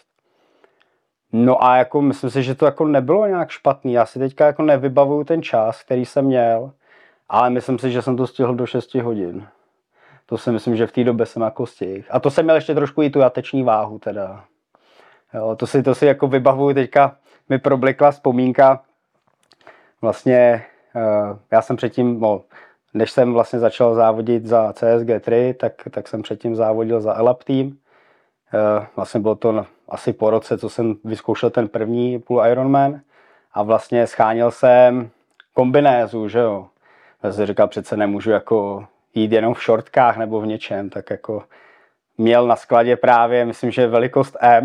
No a jako myslím si, že to jako nebylo nějak špatný. Já si teďka jako nevybavuju ten čas, který jsem měl, ale myslím si, že jsem to stihl do šesti hodin. To si myslím, že v té době jsem jako stihl. A to jsem měl ještě trošku i tu jateční váhu teda. Jo, to si, to si jako vybavuju teďka, mi problikla vzpomínka. Vlastně uh, já jsem předtím, no, než jsem vlastně začal závodit za C S G tři, tak, tak jsem předtím závodil za Elap Team. Vlastně bylo to asi po roce, co jsem vyzkoušel ten první půl Ironman a vlastně scháněl jsem kombinézu, že jo. Já jsem říkal, přece nemůžu jako jít jenom v šortkách nebo v něčem, tak jako měl na skladě právě, myslím, že velikost M.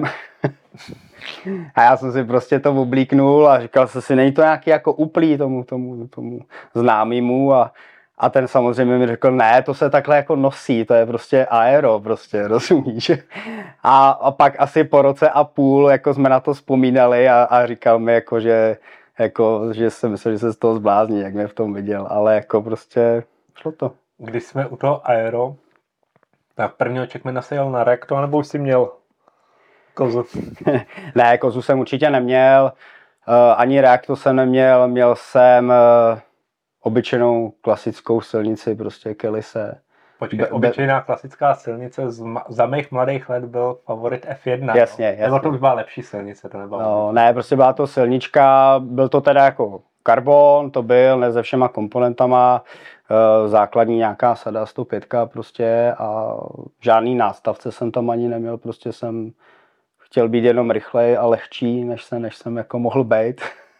A já jsem si prostě to oblíknul a říkal jsem si, není to nějaký jako uplý tomu, tomu, tomu známýmu a, a ten samozřejmě mi řekl, ne, to se takhle jako nosí, to je prostě aero, prostě, rozumíš? A, a pak asi po roce a půl jako jsme na to vzpomínali a, a říkal mi jako, že jako, že jsem myslel, že se z toho zblázní, jak mě v tom viděl, ale jako prostě šlo to. Když jsme u toho aero, tak prvního checkmana se jel na rekto, nebo už jsi měl kozu? Ne, kozu jsem určitě neměl, ani reaktu jsem neměl, měl jsem obyčejnou klasickou silnici, prostě Kellyse. Počkej, be, obyčejná klasická silnice z ma- za mých mladých let byl favorit F jedna. Jasně, jasně. Nebo to už byla lepší silnice, to nebyla. No, ne, prostě byla to silnička, byl to teda jako karbon, to byl, ne se všema komponentama, základní nějaká sada sto pět prostě a žádný nástavce jsem tam ani neměl, prostě jsem chtěl být jenom rychlej a lehčí, než, se, než jsem jako mohl být.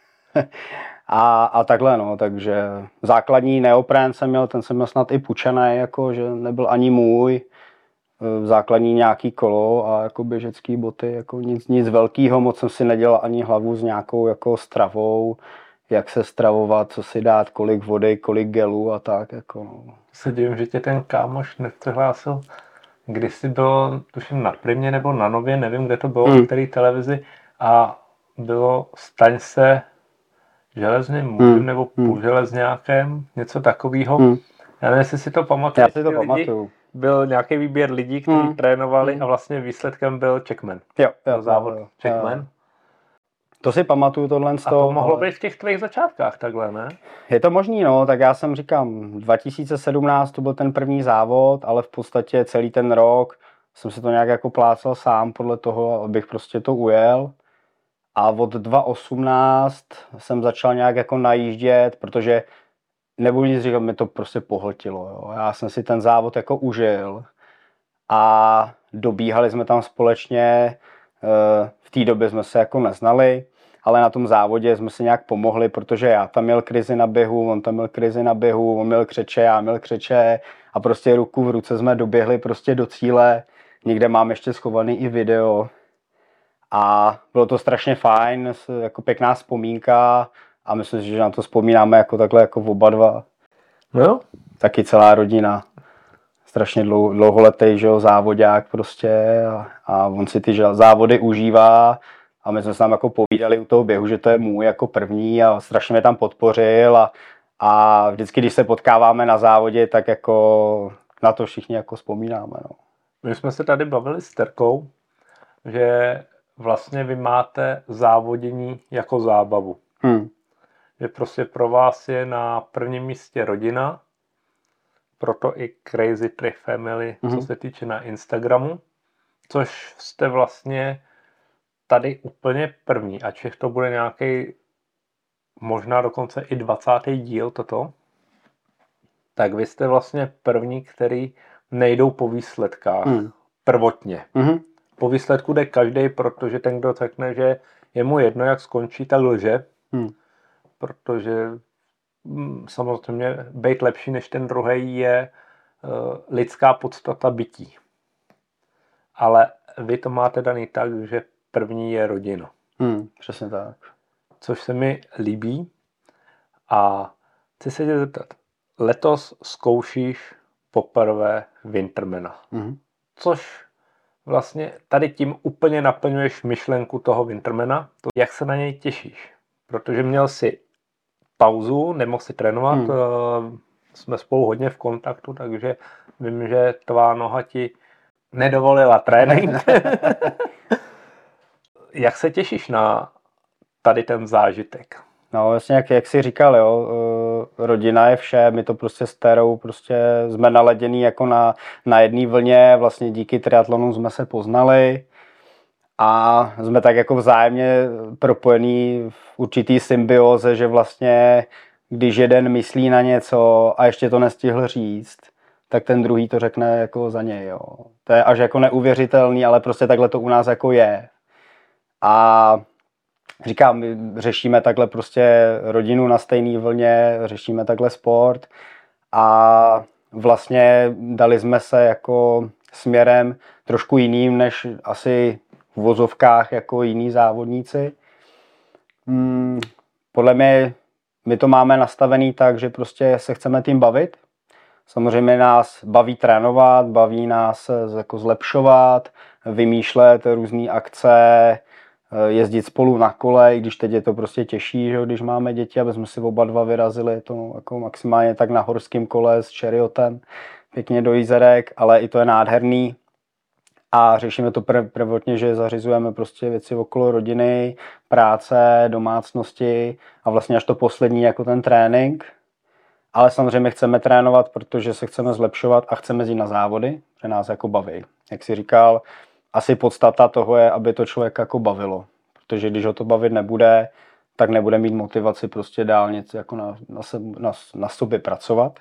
a, a takhle no, takže základní neopren jsem měl, ten jsem měl snad i půjčený, jako, že nebyl ani můj, základní nějaký kolo a jako běžecký boty, jako nic, nic velkýho, moc jsem si nedělal ani hlavu s nějakou jako stravou, jak se stravovat, co si dát, kolik vody, kolik gelů a tak. Jako, no. Se divím, že tě ten kámoš nepřihlásil, když jsi byl, tuším, na Primě nebo na Nově, nevím, kde to bylo, hmm. v které televizi, a bylo staň se železným mužem hmm. nebo půlželezňákem, něco takového. Hmm. Já nevím, jestli si to pamatuješ. Já si to pamatuju. Byl nějaký výběr lidí, kteří hmm. trénovali hmm. a vlastně výsledkem byl checkman. Jo, jo, závod jo, jo. checkman. To si pamatuju tohle z toho. A to mohlo ale... být v těch tvých začátkách takhle, ne? Je to možný, no, tak já jsem říkám, dva tisíce sedmnáct to byl ten první závod, ale v podstatě celý ten rok jsem si to nějak jako plácal sám podle toho, abych prostě to ujel. A od dva tisíce osmnáct jsem začal nějak jako najíždět, protože nebudu nic říkat, mi to prostě pohltilo, jo. Já jsem si ten závod jako užil a dobíhali jsme tam společně. V té době jsme se jako neznali, ale na tom závodě jsme si nějak pomohli, protože já tam měl krizi na běhu, on tam měl krizi na běhu, on měl křeče, já měl křeče a prostě ruku v ruce jsme doběhli prostě do cíle. Někde mám ještě schovaný i video a bylo to strašně fajn, jako pěkná vzpomínka a myslím si, že na to vzpomínáme jako takhle jako oba dva. No. Taky celá rodina. Strašně dlou, dlouholetý, že jo, závodák prostě a, a on si ty že, závody užívá a my jsme se tam jako povídali u toho běhu, že to je můj jako první a strašně mě tam podpořil a, a vždycky, když se potkáváme na závodě, tak jako na to všichni jako vzpomínáme, no. My jsme se tady bavili s Terkou, že vlastně vy máte závodění jako zábavu. Hmm. Že prostě pro vás je na prvním místě rodina, proto i Crazy Tri Family, mm-hmm. co se týče na Instagramu, což jste vlastně tady úplně první, ač to bude nějaký možná dokonce i dvacátý díl toto, tak vy jste vlastně první, který nejdou po výsledkách mm. prvotně. Mm-hmm. Po výsledku jde každý, protože ten, kdo řekne, že je mu jedno, jak skončí, tak lže, mm. protože samozřejmě být lepší než ten druhý je uh, lidská podstata bytí. Ale vy to máte daný tak, že první je rodina. Hmm, přesně tak. Což se mi líbí. A chci se tě zeptat, letos zkoušíš poprvé Wintermana. Hmm. Což vlastně tady tím úplně naplňuješ myšlenku toho Wintermana. To, jak se na něj těšíš? Protože měl jsi pauzu, nemohl si trénovat, hmm. jsme spolu hodně v kontaktu, takže vím, že tvá noha ti nedovolila trénink. Jak se těšíš na tady ten zážitek? No vlastně, jak, jak jsi říkal, jo, rodina je vše, my to prostě s Terou prostě jsme naladěný jako na, na jedné vlně, vlastně díky triatlonu jsme se poznali a jsme tak jako vzájemně propojení v určitý symbioze, že vlastně když jeden myslí na něco a ještě to nestihl říct, tak ten druhý to řekne jako za něj. Jo. To je až jako neuvěřitelný, ale prostě takhle to u nás jako je. A říkám, my řešíme takhle prostě rodinu na stejné vlně, řešíme takhle sport a vlastně dali jsme se jako směrem trošku jiným, než asi v vozovkách jako jiní závodníci. Hmm, podle mě my to máme nastavený tak, že prostě se chceme tím bavit. Samozřejmě nás baví trénovat, baví nás jako zlepšovat, vymýšlet různé akce, jezdit spolu na kole, i když teď je to prostě těžší, že když máme děti, aby jsme si oba dva vyrazili to jako maximálně tak na horském kole s chariotem, pěkně do jízerek, ale i to je nádherný. A řešíme to prv, prvotně, že zařizujeme prostě věci okolo rodiny, práce, domácnosti a vlastně až to poslední jako ten trénink. Ale samozřejmě chceme trénovat, protože se chceme zlepšovat a chceme jít na závody, že nás jako baví. Jak jsi říkal, asi podstata toho je, aby to člověk jako bavilo. Protože když ho to bavit nebude, tak nebude mít motivaci prostě dál něco jako na, na, na, na sobě pracovat.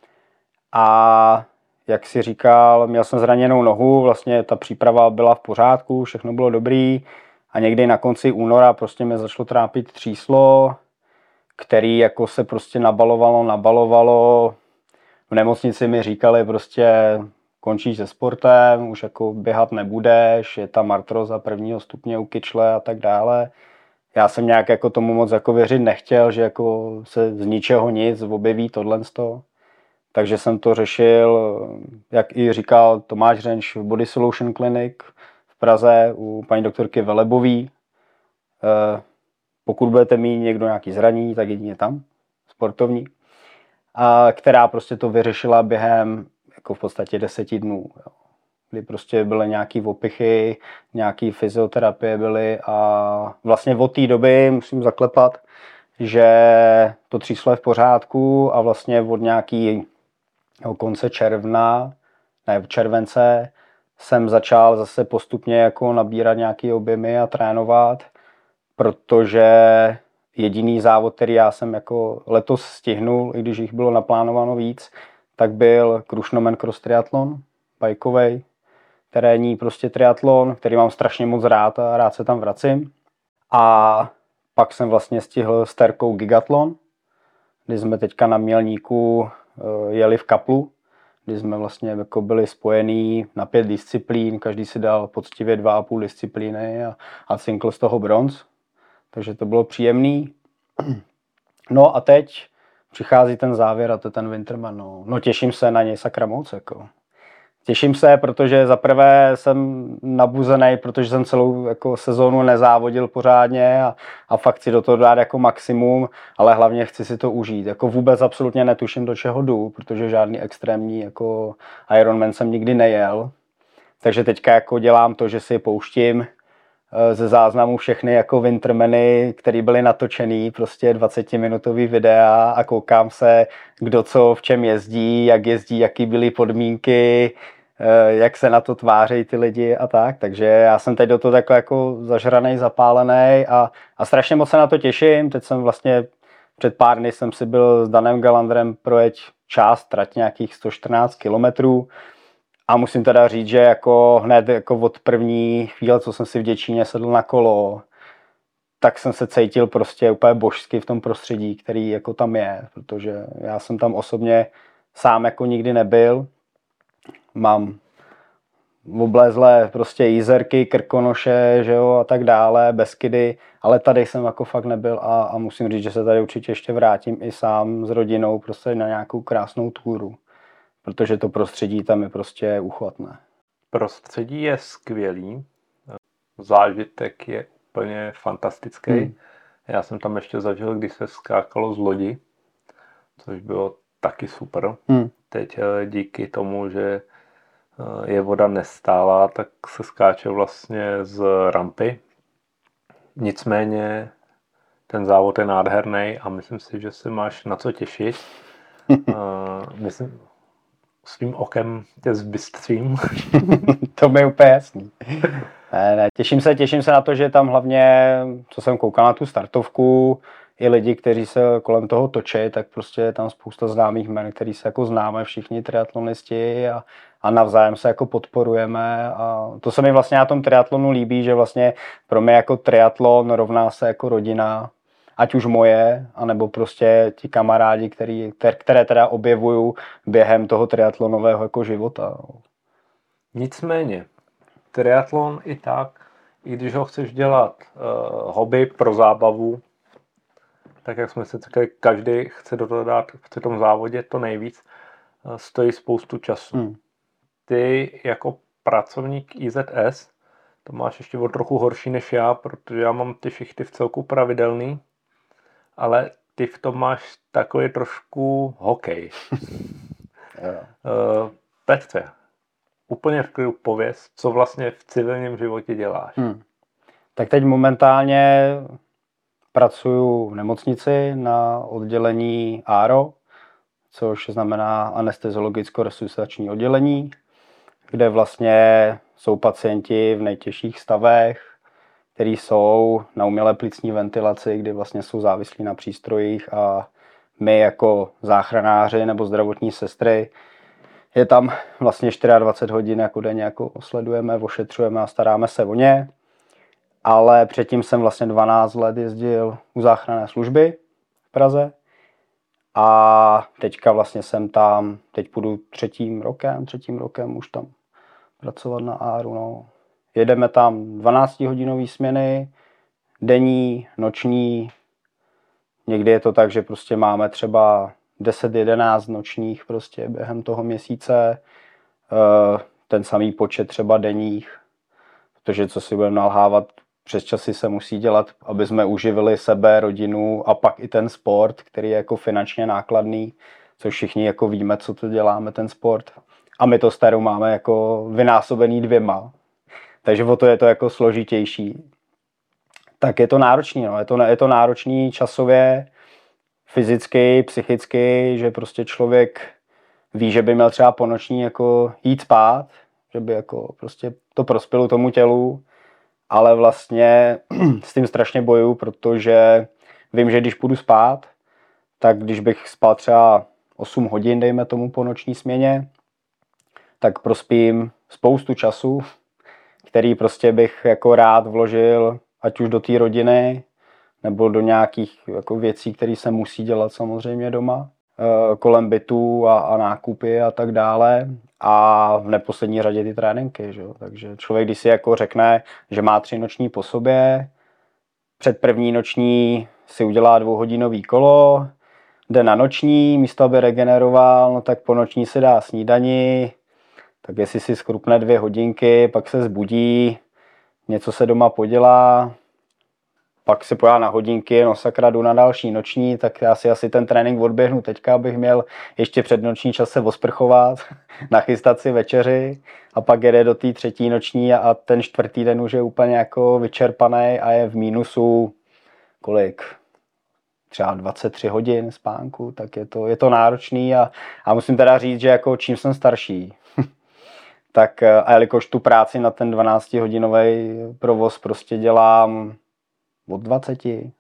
A jak jsi říkal, měl jsem zraněnou nohu, vlastně ta příprava byla v pořádku, všechno bylo dobrý a někdy na konci února prostě mě začalo trápit tříslo, který jako se prostě nabalovalo, nabalovalo. V nemocnici mi říkali prostě končíš se sportem, už jako běhat nebudeš, je tam artroza prvního stupně u kyčle a tak dále. Já jsem nějak jako tomu moc jako věřit nechtěl, že jako se z ničeho nic objeví tohleto. Takže jsem to řešil, jak i říkal Tomáš Řenč v Body Solution Clinic v Praze u paní doktorky Velebový. Pokud budete mít někdo nějaký zranění, tak jedině tam, sportovní. A která prostě to vyřešila během jako v podstatě deseti dnů. Jo. Kdy prostě byly nějaký opichy, nějaký fyzioterapie byly a vlastně od té doby musím zaklepat, že to tříslo je v pořádku a vlastně od nějaký konce června, ne v července, jsem začal zase postupně jako nabírat nějaké objemy a trénovat, protože jediný závod, který já jsem jako letos stihnul, i když jich bylo naplánováno víc, tak byl Krušnomen cross triatlon, bajkovej, terénní prostě triatlon, který mám strašně moc rád a rád se tam vracím. A pak jsem vlastně stihl s Terkou gigatlon, kdy jsme teďka na Mělníku jeli v kaplu, kdy jsme vlastně jako byli spojení na pět disciplín, každý si dal poctivě dva a půl disciplíny a, a cinkl z toho bronz. Takže to bylo příjemný. No a teď přichází ten závěr a to je ten Winterman. No, no těším se na něj sakra moc. Jako. Těším se, protože zaprvé jsem nabuzený, protože jsem celou jako sezónu nezávodil pořádně a, a fakt chci do toho dát jako maximum, ale hlavně chci si to užít. Jako vůbec absolutně netuším, do čeho jdu, protože žádný extrémní jako Ironman jsem nikdy nejel. Takže teďka jako dělám to, že si pouštím ze záznamu všechny jako Wintermany, které byly natočený, prostě dvacetiminutový videa a koukám se, kdo co v čem jezdí, jak jezdí, jaký byly podmínky, jak se na to tváří ty lidi a tak. Takže já jsem teď do toho takhle jako zažranej, zapálený a, a strašně moc se na to těším. Teď jsem vlastně před pár dny jsem si byl s Danem Galandrem projet část trať nějakých sto čtrnáct kilometrů. A musím teda říct, že jako hned jako od první chvíle, co jsem si v Děčíně sedl na kolo, tak jsem se cítil prostě úplně božsky v tom prostředí, který jako tam je, protože já jsem tam osobně sám jako nikdy nebyl. Mám oblezlé prostě jízerky, Krkonoše, že jo, a tak dále, Beskydy, ale tady jsem jako fakt nebyl a, a musím říct, že se tady určitě ještě vrátím i sám s rodinou prostě na nějakou krásnou túru. Protože to prostředí tam je prostě uchvatné. Prostředí je skvělý, zážitek je úplně fantastický. Hmm. Já jsem tam ještě zažil, když se skákalo z lodi, což bylo taky super. Hmm. Teď díky tomu, že je voda nestálá, tak se skáče vlastně z rampy. Nicméně ten závod je nádherný a myslím si, že se máš na co těšit. uh, myslím, svým okem tě zbystřím. To mi je úplně jasný. Ne, ne, těším se, těším se na to, že tam hlavně, co jsem koukal na tu startovku, i lidi, kteří se kolem toho točí, tak prostě je tam spousta známých jmen, který se jako známe všichni triatlonisti a, a navzájem se jako podporujeme a to se mi vlastně na tom triatlonu líbí, že vlastně pro mě jako triatlon rovná se jako rodina, ať už moje, anebo prostě ti kamarádi, který, které teda objevuju během toho triatlonového jako života. Nicméně, triatlon i tak, i když ho chceš dělat uh, hobby pro zábavu, tak jak jsme si říkali, každý chce do toho dát v tom závodě to nejvíc, uh, stojí spoustu času. Hmm. Ty jako pracovník I Z S to máš ještě o trochu horší než já, protože já mám ty šichty v celku pravidelný, ale ty v tom máš takový trošku hokej. yeah. uh, Petře, úplně v klidu pověz, co vlastně v civilním životě děláš. Hmm. Tak teď momentálně pracuji v nemocnici na oddělení A R O, což znamená anesteziologicko-resuscitační oddělení, kde vlastně jsou pacienti v nejtěžších stavech, který jsou na umělé plicní ventilaci, kdy vlastně jsou závislí na přístrojích a my jako záchranáři nebo zdravotní sestry je tam vlastně dvacet čtyři hodin jako denně jako sledujeme, ošetřujeme a staráme se o ně. Ale předtím jsem vlastně dvanáct let jezdil u záchranné služby v Praze a teďka vlastně jsem tam, teď půjdu třetím rokem, třetím rokem už tam pracovat na A R U. No. Jedeme tam dvanáctihodinové směny, denní, noční. Někdy je to tak, že prostě máme třeba deset jedenáct nočních prostě během toho měsíce. Ten samý počet třeba denních, protože co si budeme nalhávat, přes časy se musí dělat, aby jsme uživili sebe, rodinu a pak i ten sport, který je jako finančně nákladný, což všichni jako víme, co to děláme, ten sport. A my to starou máme jako vynásobený dvěma. Takže o to je to jako složitější. Tak je to náročný, no. je, to, je to náročný časově, fyzicky, psychicky, že prostě člověk ví, že by měl třeba po noční jako jít spát, že by jako prostě to prospělo tomu tělu, ale vlastně s tím strašně bojuju, protože vím, že když půjdu spát, tak když bych spal třeba osm hodin, dejme tomu po noční směně, tak prospím spoustu času, který prostě bych jako rád vložil, ať už do té rodiny, nebo do nějakých jako věcí, které se musí dělat samozřejmě doma, kolem bytů a, a nákupy a tak dále. A v neposlední řadě ty tréninky. Že? Takže člověk, když si jako řekne, že má tři noční po sobě, před první noční si udělá dvouhodinový kolo, jde na noční, místo aby regeneroval, no tak po noční si dá snídani, tak jestli si skrupne dvě hodinky, pak se zbudí, něco se doma podělá, pak si pojá na hodinky, no sakra, jdu na další noční, tak já si asi ten trénink odběhnu teďka, abych měl ještě před noční čas se osprchovat, nachystat si večeři a pak jede do té třetí noční a ten čtvrtý den už je úplně jako vyčerpaný a je v mínusu kolik? Třeba dvacet tři hodin spánku, tak je to, je to náročný a, a musím teda říct, že jako čím jsem starší, tak a jelikož tu práci na ten dvanáctihodinový provoz prostě dělám od dvaceti,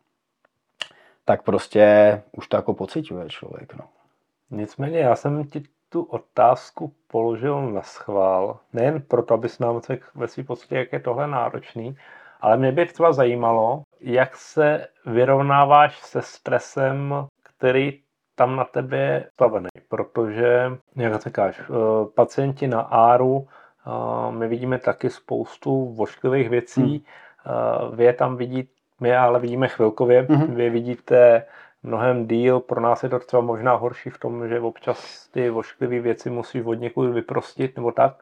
tak prostě už to jako pociťuje člověk. No. Nicméně já jsem ti tu otázku položil na schvál, nejen proto, abys nám řekl ve svým podstatě, jak je tohle náročný, ale mě by třeba zajímalo, jak se vyrovnáváš se stresem, který tam na tebe je stavený, protože, jak říkáš, pacienti na A R U, my vidíme taky spoustu vošklivých věcí, hmm. vy je tam vidíte, my ale vidíme chvilkově, mm-hmm. vy vidíte mnohem díl, pro nás je to třeba možná horší v tom, že občas ty vošklivé věci musíš od někud vyprostit nebo tak,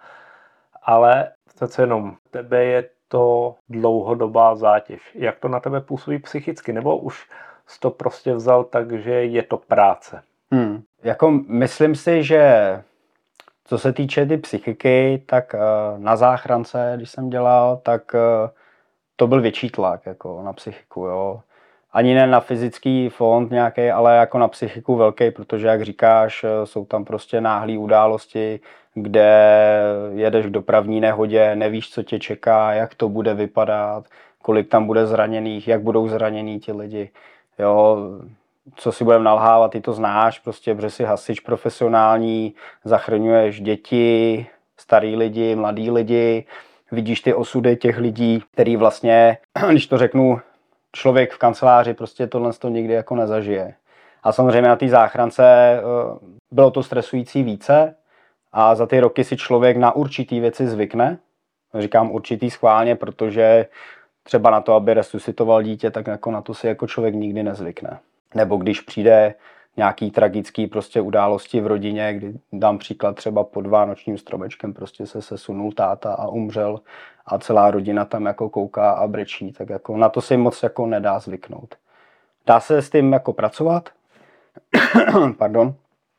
ale přece jenom tebe je to dlouhodobá zátěž. Jak to na tebe působí psychicky, nebo už jsi to prostě vzal tak, že je to práce? Hmm. Jako myslím si, že co se týče ty psychiky, tak na záchrance, když jsem dělal, tak to byl větší tlak jako na psychiku, jo. Ani ne na fyzický fond nějaký, ale jako na psychiku velký, protože jak říkáš, jsou tam prostě náhlé události, kde jedeš v dopravní nehodě, nevíš, co tě čeká, jak to bude vypadat, kolik tam bude zraněných, jak budou zranění ti lidi. jo, co si budeme nalhávat, ty to znáš, prostě, protože jsi hasič profesionální, zachraňuješ děti, starý lidi, mladý lidi, vidíš ty osudy těch lidí, který vlastně, když to řeknu, člověk v kanceláři prostě tohle to nikdy jako nezažije. A samozřejmě na té záchrance bylo to stresující více a za ty roky si člověk na určitý věci zvykne. Říkám určitý schválně, protože třeba na to, aby resuscitoval dítě, tak jako na to si jako člověk nikdy nezvykne. Nebo když přijde nějaký tragický prostě události v rodině, kdy dám příklad třeba pod vánočním stromečkem prostě se sesunul táta a umřel a celá rodina tam jako kouká a brečí, tak jako na to si moc jako nedá zvyknout. Dá se s tím jako pracovat, pardon,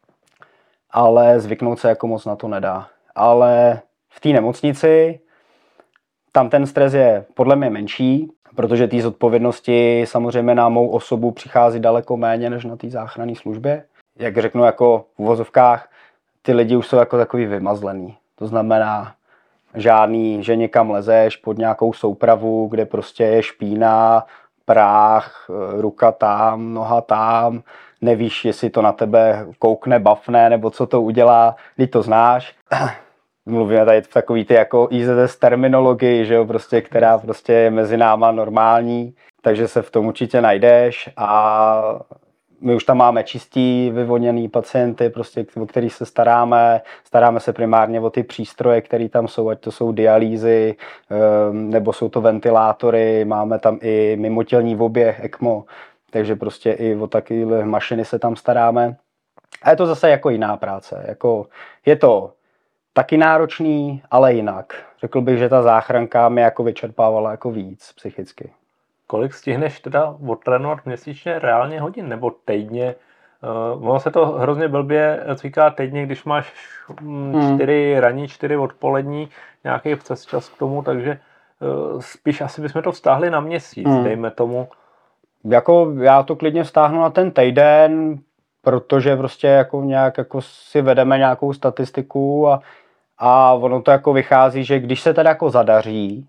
ale zvyknout se jako moc na to nedá. Ale v té nemocnici tam ten stres je podle mě menší, protože té zodpovědnosti samozřejmě na mou osobu přichází daleko méně než na té záchranné službě. Jak řeknu jako v uvozovkách, ty lidi už jsou jako takový vymazlený. To znamená žádný, že někam lezeš pod nějakou soupravu, kde prostě je špína, práh, ruka tam, noha tam, nevíš, jestli to na tebe koukne, bafne, nebo co to udělá, když to znáš. Mluvíme tady v takový ty jako I Z S terminologii, že jo, prostě, která prostě je mezi náma normální, takže se v tom určitě najdeš a my už tam máme čistý, vyvoněný pacienty, prostě, o který se staráme. Staráme se primárně o ty přístroje, které tam jsou, ať to jsou dialýzy, nebo jsou to ventilátory, máme tam i mimotělní oběh, ECMO, takže prostě i o takové mašiny se tam staráme. A je to zase jako jiná práce. Jako je to taky náročný, ale jinak. Řekl bych, že ta záchranka mě jako vyčerpávala jako víc psychicky. Kolik stihneš teda odtrénovat měsíčně reálně hodin nebo týdně? Uh, ono se to hrozně blbě říká týdně, když máš mm, čtyři hmm. ranní, čtyři odpolední, nějaký přesčas k tomu, takže uh, spíš asi bychom to vztáhli na měsíc, hmm. dejme tomu. Jako já to klidně vztáhnu na ten týden, protože prostě jako nějak jako si vedeme nějakou statistiku a, a ono to jako vychází, že když se teda jako zadaří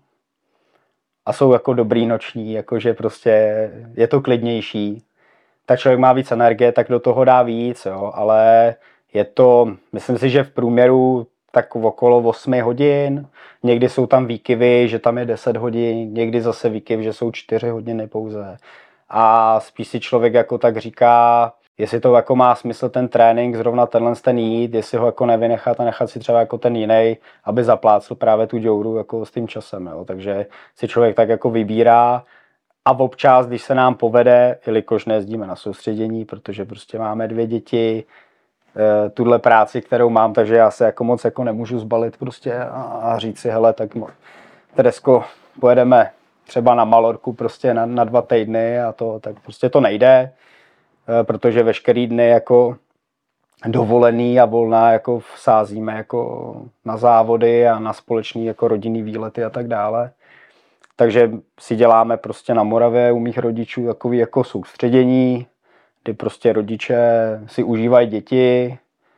a jsou jako dobrý noční, jakože prostě je to klidnější, tak člověk má víc energie, tak do toho dá víc, jo, ale je to, myslím si, že v průměru tak okolo osm hodin, někdy jsou tam výkyvy, že tam je deset hodin, někdy zase výkyv, že jsou čtyři hodiny pouze. A spíš si člověk jako tak říká, jestli to jako má smysl ten trénink, zrovna tenhle ten jít, jestli ho jako nevynechat a nechat si třeba jako ten jiný, aby zaplácl právě tu děuru jako s tím časem. Jo. Takže si člověk tak jako vybírá a občas, když se nám povede, jelikož nejezdíme na soustředění, protože prostě máme dvě děti, tuhle práci, kterou mám, takže já se jako moc jako nemůžu zbalit prostě a, a říct si, hele, tak Teresko, pojedeme třeba na Malorku prostě na, na dva týdny a to, tak prostě to nejde, protože veškerý dny jako dovolený a volná jako vsázíme jako na závody a na společný jako rodinný výlety a tak dále. Takže si děláme prostě na Moravě u mých rodičů takový jako soustředění, kdy prostě rodiče si užívají děti,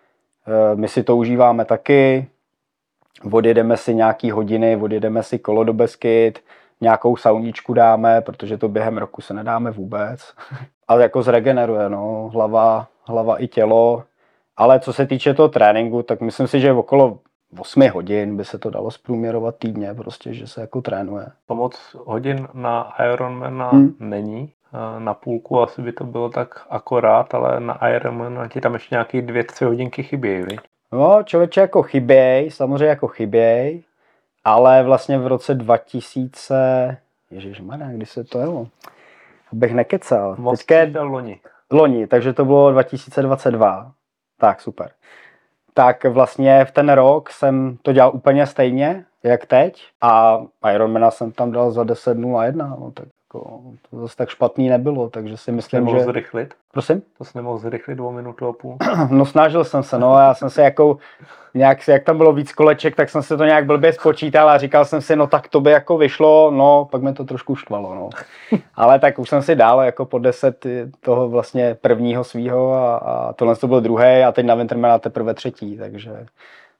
my si to užíváme taky, odjedeme si nějaký hodiny, odjedeme si kolo do Beskyd, nějakou sauničku dáme, protože to během roku se nedáme vůbec. Ale jako zregeneruje, no, hlava, hlava i tělo. Ale co se týče toho tréninku, tak myslím si, že okolo osm hodin by se to dalo zprůměrovat týdně, prostě, že se jako trénuje. Pomoc hodin na Ironmana hmm. není. Na půlku asi by to bylo tak akorát, ale na Ironmana ti tam ještě nějaký dvě, tři hodinky chybějí, viď? No, člověče jako chyběj, samozřejmě jako chyběj, ale vlastně v roce dva tisíce... Ježišmarja, kdy se to jelo? Abych nekecal. Moc Teďka... loni. Loni, takže to bylo dva tisíce dvacet dva. Tak, super. Tak vlastně v ten rok jsem to dělal úplně stejně, jak teď. A Ironmana jsem tam dal za deset nula jedna, no, tak jako, to zase tak špatný nebylo, takže si myslím, nemohl že... zrychlit? Prosím? To jsi nemohl zrychlit dvou minutu a půl? No snažil jsem se, no, já jsem se jako nějak, jak tam bylo víc koleček, tak jsem se to nějak blbě spočítal a říkal jsem si, no tak to by jako vyšlo, no, pak mi to trošku štvalo, no. Ale tak už jsem si dal jako po deset toho vlastně prvního svýho a, a tohle to byl druhý a teď na Wintermana teprve třetí, takže,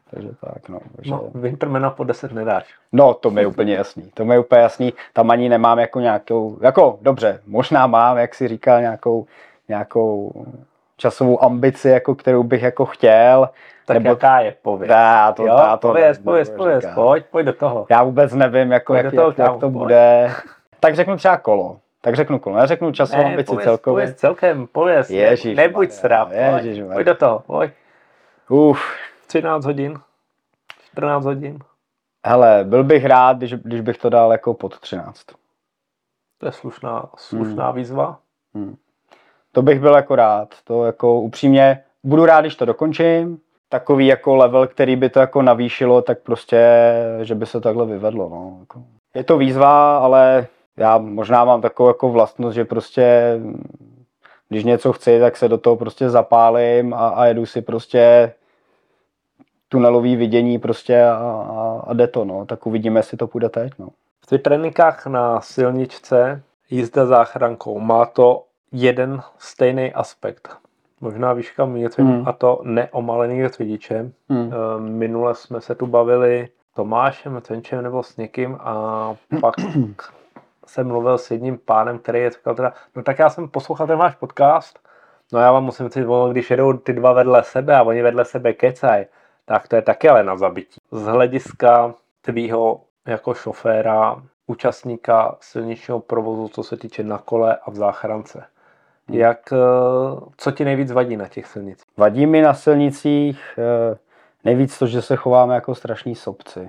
takže tak, no. Takže... No, Wintermana po deset nedáš. No, to mi je úplně jasný, to mi je úplně jasný, tam ani nemám jako nějakou, jako dobře, možná mám, jak si říkal, nějakou, nějakou časovou ambici, jako kterou bych jako chtěl. Tak nebo... jaká je, pověz. Dá, to, jo, dá, to pověz, pověz, pověz, pojď, pojď do toho. Já vůbec nevím, jako jak, toho, jak, jak to pojď. Bude. Tak řeknu třeba kolo. Tak řeknu kolo, neřeknu časovou ne, ambici pověz, celkově. Pověz celkem, pověz, Ježiš, nebuď stráp, pojď, pojď do toho, pojď. Uf. třináct hodin, čtrnáct hodin. Hele, byl bych rád, když, když bych to dal jako pod třináct. To je slušná, slušná hmm. výzva. Hmm. To bych byl jako rád, to jako upřímně, budu rád, když to dokončím. Takový jako level, který by to jako navýšilo, tak prostě, že by se takhle vyvedlo. No. Je to výzva, ale já možná mám takovou jako vlastnost, že prostě, když něco chci, tak se do toho prostě zapálím a, a jedu si prostě tunelový vidění prostě a, a, a jde to. No. Tak uvidíme, jestli to půjde teď. No. V těch tréninkách na silničce jízda záchrankou má to jeden stejný aspekt. Možná víš, kam mířím, hmm. a to neomalený řidiče. Hmm. Minule jsme se tu bavili s Tomášem, Cenčem nebo s někým a pak jsem mluvil s jedním pánem, který je říkal teda, no tak já jsem poslouchal ten váš podcast, no já vám musím říct, když jedou ty dva vedle sebe a oni vedle sebe kecají, tak to je taky ale na zabití. Z hlediska tvýho jako šoféra, účastníka silničního provozu, co se týče na kole a v záchrance. Jak, co ti nejvíc vadí na těch silnicích? Vadí mi na silnicích nejvíc to, že se chováme jako strašní sobci.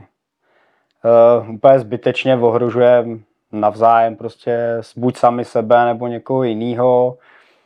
Úplně zbytečně ohrožujeme navzájem prostě buď sami sebe nebo někoho jiného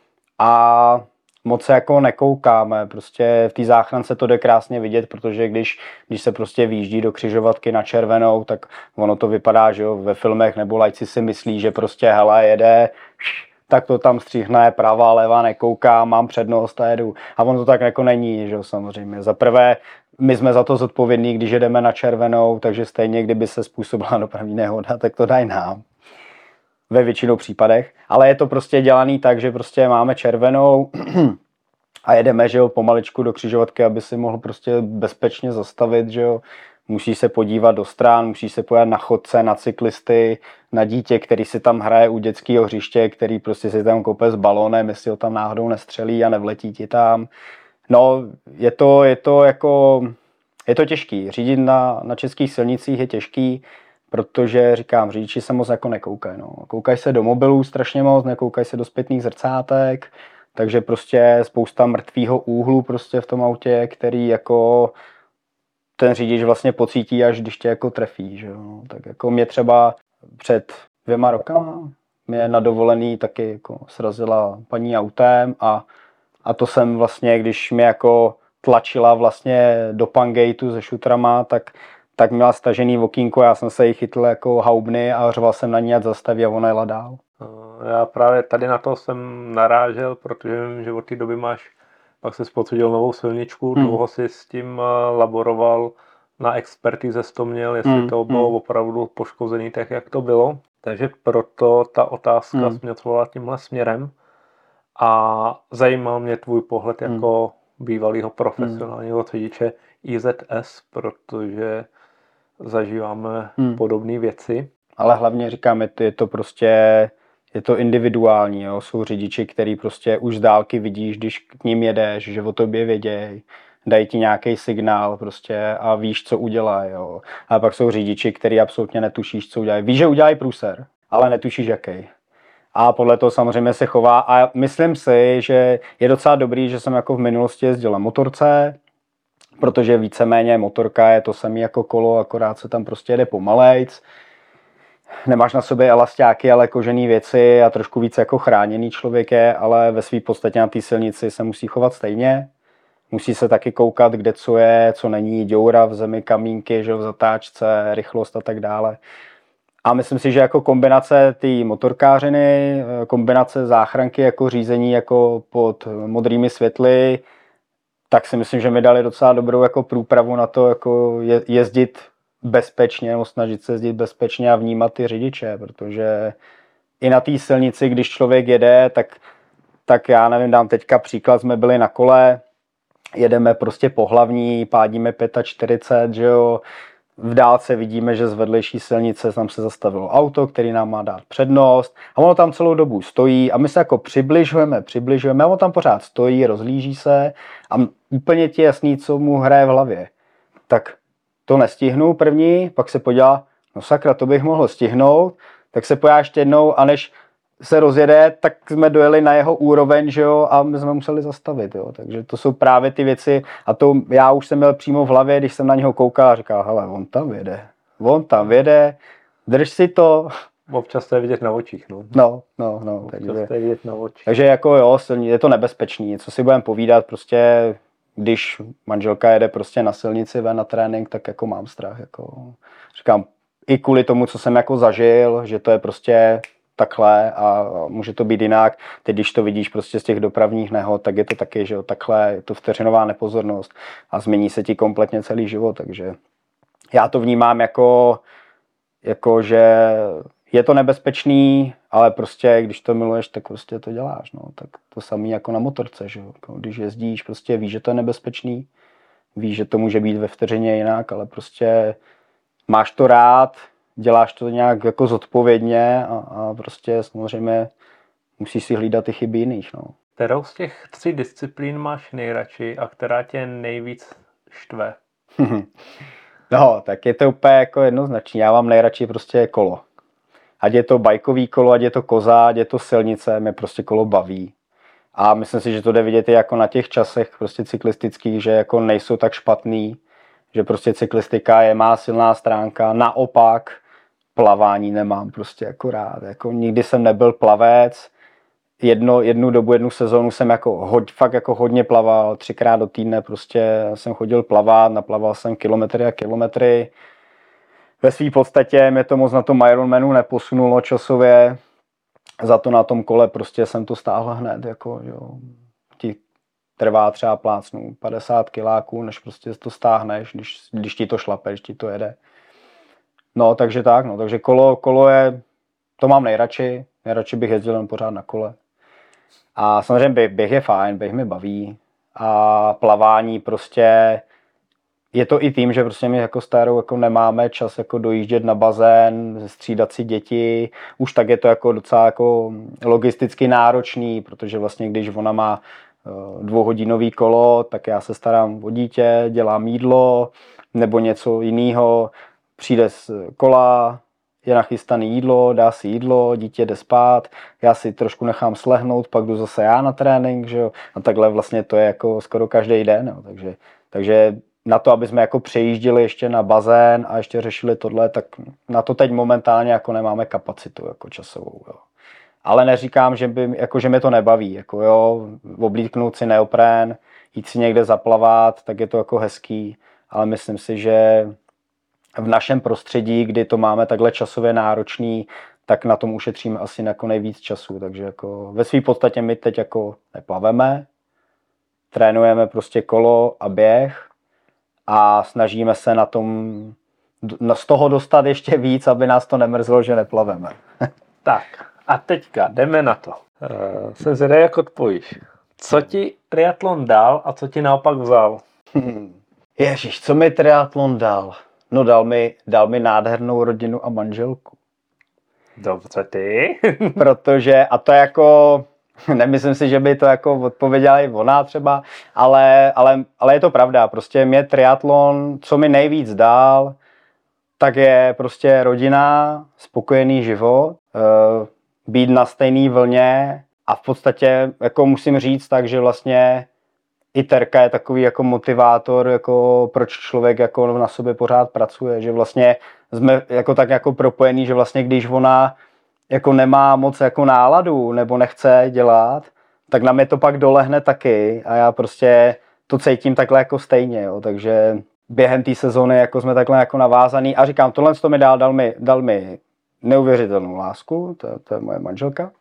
a moc se jako nekoukáme. Prostě v té záchrance to jde krásně vidět, protože když, když se prostě vyjíždí do křižovatky na červenou, tak ono to vypadá, že jo, ve filmech nebo lajci si myslí, že prostě hele jede, tak to tam stříhne, pravá, levá, nekouká, mám přednost a jedu. A ono to tak jako není, že jo, samozřejmě. Za prvé, my jsme za to zodpovědní, když jedeme na červenou, takže stejně, kdyby se způsobila dopravní nehoda, tak to dají nám. Ve většinou případech. Ale je to prostě dělaný tak, že prostě máme červenou a jedeme, že jo, pomaličku do křižovatky, aby si mohl prostě bezpečně zastavit, že jo. Musí se podívat do stran, musí se podívat na chodce, na cyklisty, na dítě, který si tam hraje u dětského hřiště, který prostě si tam kope s balónem, jestli ho tam náhodou nestřelí a nevletí ti tam. No, je to, je to jako, je to těžký. Řídit na, na českých silnicích je těžký, protože, říkám, řidiči se moc jako nekoukají. No. Koukají se do mobilů strašně moc, nekoukají se do zpětných zrcátek, takže prostě spousta mrtvýho úhlu prostě v tom autě, který jako ten řidič vlastně pocítí, až když tě jako trefí, že jo. Tak jako mě třeba před dvěma rokama mě na dovolený taky jako srazila paní autem a, a to jsem vlastně, když mě jako tlačila vlastně do Pangejtu se šutrama, tak, tak měla stažený okýnko, já jsem se jí chytl jako haubny a řval jsem na ní, ať zastaví a ona jela dál. Já právě tady na to jsem narážel, protože vím, že od té doby máš, pak jsi spocudil novou silničku, hmm. dlouho si s tím laboroval, na expertize to měl, jestli hmm. to bylo hmm. opravdu poškozený, tak jak to bylo. Takže proto ta otázka hmm. směřovala tímhle směrem a zajímal mě tvůj pohled hmm. jako bývalého profesionálního řidiče I Z S, protože zažíváme hmm. podobné věci. Ale hlavně říkáme, je to prostě, je to individuální, jo? Jsou řidiči, který prostě už z dálky vidíš, když k ním jedeš, že o tobě věděj, dají ti nějaký signál prostě a víš, co udělají, jo. A pak jsou řidiči, který absolutně netušíš, co udělají. Víš, že udělají průser, ale netušíš, jaký. A podle toho samozřejmě se chová a myslím si, že je docela dobrý, že jsem jako v minulosti jezdil na motorce, protože víceméně motorka je to samé jako kolo, akorát se tam prostě jede pomalejc. Nemáš na sobě elastáky, ale kožený věci a trošku víc jako chráněný člověk je, ale ve své podstatě na té silnici se musí chovat stejně. Musí se taky koukat, kde co je, co není, děura v zemi, kamínky, že v zatáčce, rychlost a tak dále. A myslím si, že jako kombinace té motorkářiny, kombinace záchranky jako řízení jako pod modrými světly, tak si myslím, že mi dali docela dobrou jako průpravu na to jako jezdit bezpečně, nebo snažit se jezdit bezpečně a vnímat ty řidiče, protože i na té silnici, když člověk jede, tak, tak já nevím, dám teďka příklad, jsme byli na kole, jedeme prostě po hlavní, pádíme čtyřicet pět, že jo. V dálce vidíme, že z vedlejší silnice tam se zastavilo auto, který nám má dát přednost a ono tam celou dobu stojí a my se jako přibližujeme, přibližujeme a on tam pořád stojí, rozhlíží se a úplně ti jasný, co mu hraje v hlavě. Tak to nestihnu první, pak se podívá, no sakra, to bych mohl stihnout, tak se pojá ještě jednou a než se rozjede, tak jsme dojeli na jeho úroveň, že jo, a my jsme museli zastavit, jo. Takže to jsou právě ty věci a to já už jsem měl přímo v hlavě, když jsem na něho koukal a říkal, hele, on tam jede, on tam jede, drž si to. Občas to je vidět na očích, no. No, no, no. Občas Takže, to je vidět na očích. takže jako jo, silní, je to nebezpečný, co si budeme povídat, prostě když manželka jede prostě na silnici ven na trénink, tak jako mám strach, jako říkám, i kvůli tomu, co jsem jako zažil, že to je prostě takhle a může to být jinak. Teď, když to vidíš prostě z těch dopravních nehod, tak je to taky, že jo, takhle, je to vteřinová nepozornost a změní se ti kompletně celý život, takže já to vnímám jako, jako že je to nebezpečný, ale prostě, když to miluješ, tak prostě to děláš, no, tak to samé jako na motorce, že jo, když jezdíš, prostě víš, že to je nebezpečný, víš, že to může být ve vteřině jinak, ale prostě máš to rád, děláš to nějak jako zodpovědně a, a prostě samozřejmě musíš si hlídat ty chyby jiných. No. Kterou z těch tří disciplín máš nejradši a která tě nejvíc štve? No, tak je to úplně jako jednoznačný. Já mám nejradši prostě kolo. Ať je to bajkový kolo, ať je to koza, ať je to silnice, mě prostě kolo baví. A myslím si, že to jde vidět i jako na těch časech prostě cyklistických, že jako nejsou tak špatný, že prostě cyklistika je má silná stránka, naopak plavání nemám prostě jako rád. Jako nikdy jsem nebyl plavec, Jedno, jednu dobu, jednu sezónu jsem jako hoď, fakt jako hodně plaval, třikrát do týdne prostě jsem chodil plavat, naplaval jsem kilometry a kilometry. Ve své podstatě mě to moc na tom Ironmanu neposunulo časově, za to na tom kole prostě jsem to stáhl hned, jako jo. Ti trvá třeba plácnu padesát kiláků, než prostě to stáhneš, když, když ti to šlape, když ti to jede. No, takže tak, no, takže kolo, kolo je, to mám nejradši, nejradši bych jezdil jen pořád na kole. A samozřejmě běh, běh je fajn, běh mi baví a plavání prostě, je to i tím, že prostě my jako starou jako nemáme čas jako dojíždět na bazén, střídat si děti, už tak je to jako docela jako logisticky náročný, protože vlastně když ona má dvouhodinový kolo, tak já se starám o dítě, dělám jídlo nebo něco jiného, přijde z kola, je nachystaný jídlo, dá si jídlo, dítě jde spát, já si trošku nechám slehnout, pak jdu zase já na trénink, že jo, a takhle vlastně to je jako skoro každý den, jo. Takže, takže na to, aby jsme jako přejížděli ještě na bazén a ještě řešili tohle, tak na to teď momentálně jako nemáme kapacitu jako časovou, jo. Ale neříkám, že, by, jako, že mě to nebaví, jako jo, oblíknout si neoprén, jít si někde zaplavat, tak je to jako hezký, ale myslím si, že v našem prostředí, kdy to máme takhle časově náročný, tak na tom ušetříme asi jako nejvíc času, takže jako ve své podstatě my teď jako neplaveme, trénujeme prostě kolo a běh a snažíme se na tom z toho dostat ještě víc, aby nás to nemrzlo, že neplaveme. Tak a teďka jdeme na to. Uh, jsem zvědavý, jak odpovíš. Co ti triatlon dal a co ti naopak vzal? Hmm. Ježiš, co mi triatlon dal? No dal mi, dal mi nádhernou rodinu a manželku. Dobře, ty. Protože, a to jako, nemyslím si, že by to jako odpověděla i ona třeba, ale, ale, ale je to pravda, prostě mě triatlon, co mi nejvíc dal, tak je prostě rodina, spokojený život, být na stejné vlně a v podstatě jako musím říct tak, že vlastně i Terka je takový jako motivátor, jako proč člověk jako na sobě pořád pracuje, že vlastně jsme jako tak jako propojení, že vlastně když ona jako nemá moc jako náladu nebo nechce dělat, tak na mě to pak dolehne taky a já prostě to cítím takhle jako stejně, jo. Takže během té sezóny jako jsme takhle jako navázaný a říkám, tohle to mi dal, dal mi, dal mi neuvěřitelnou lásku, to, to je moje manželka,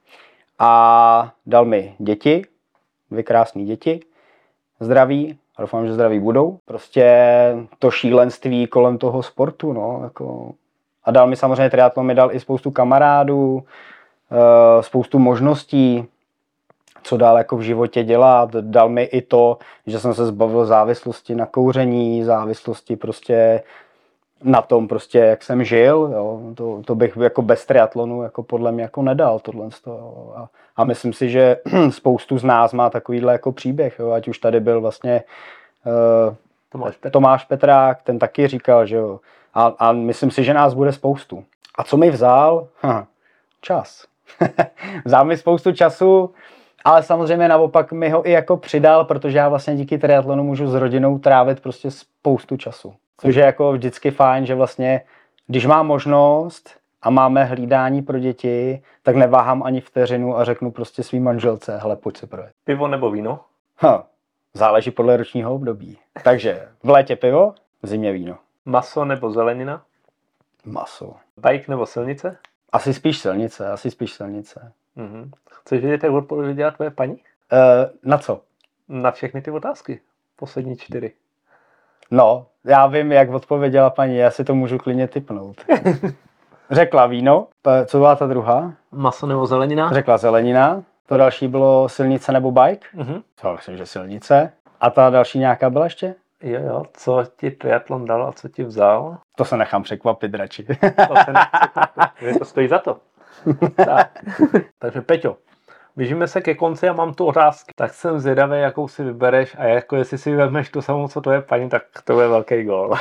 a dal mi děti, dvě krásné děti, zdraví, a doufám, že zdraví budou. Prostě to šílenství kolem toho sportu, no, jako. A dal mi samozřejmě triatlon, mi dal i spoustu kamarádů, spoustu možností, co dál jako v životě dělat. Dal mi i to, že jsem se zbavil závislosti na kouření, závislosti prostě na tom prostě, jak jsem žil, jo. To, to bych jako bez triatlonu jako podle mě jako nedal tohle. A, a myslím si, že spoustu z nás má takovýhle jako příběh, jo. Ať už tady byl vlastně uh, Tomáš, Tomáš Petrák, ten taky říkal, že jo. A, a myslím si, že nás bude spoustu. A co mi vzal? Hm, čas. Vzal mi spoustu času, ale samozřejmě naopak mi ho i jako přidal, protože já vlastně díky triatlonu můžu s rodinou trávit prostě spoustu času. Což je jako vždycky fajn, že vlastně, když mám možnost a máme hlídání pro děti, tak neváhám ani vteřinu a řeknu prostě svý manželce, hele, pojď se projet. Pivo nebo víno? Ha, záleží podle ročního období. Takže v létě pivo, v zimě víno. Maso nebo zelenina? Maso. Bike nebo silnice? Asi spíš silnice, asi spíš silnice. Mhm. Chceš vědět, jak odpověděla tvoje paní? Uh, na co? Na všechny ty otázky. Poslední čtyři. No, já vím, jak odpověděla paní, já si to můžu klidně tipnout. Řekla víno, co byla ta druhá? Maso nebo zelenina? Řekla zelenina, to další bylo silnice nebo bike? Mhm. To myslím, že silnice. A ta další nějaká byla ještě? Jo, jo, co ti triatlon dal a co ti vzal? To se nechám překvapit radši. To se nechci, to stojí za to. Tak. Takže Peťo, blížíme se ke konci a mám tu otázky. Tak jsem zvědavý, jakou si vybereš a jako jestli si vezmeš tu samou, co to je paní, tak to je velký gól.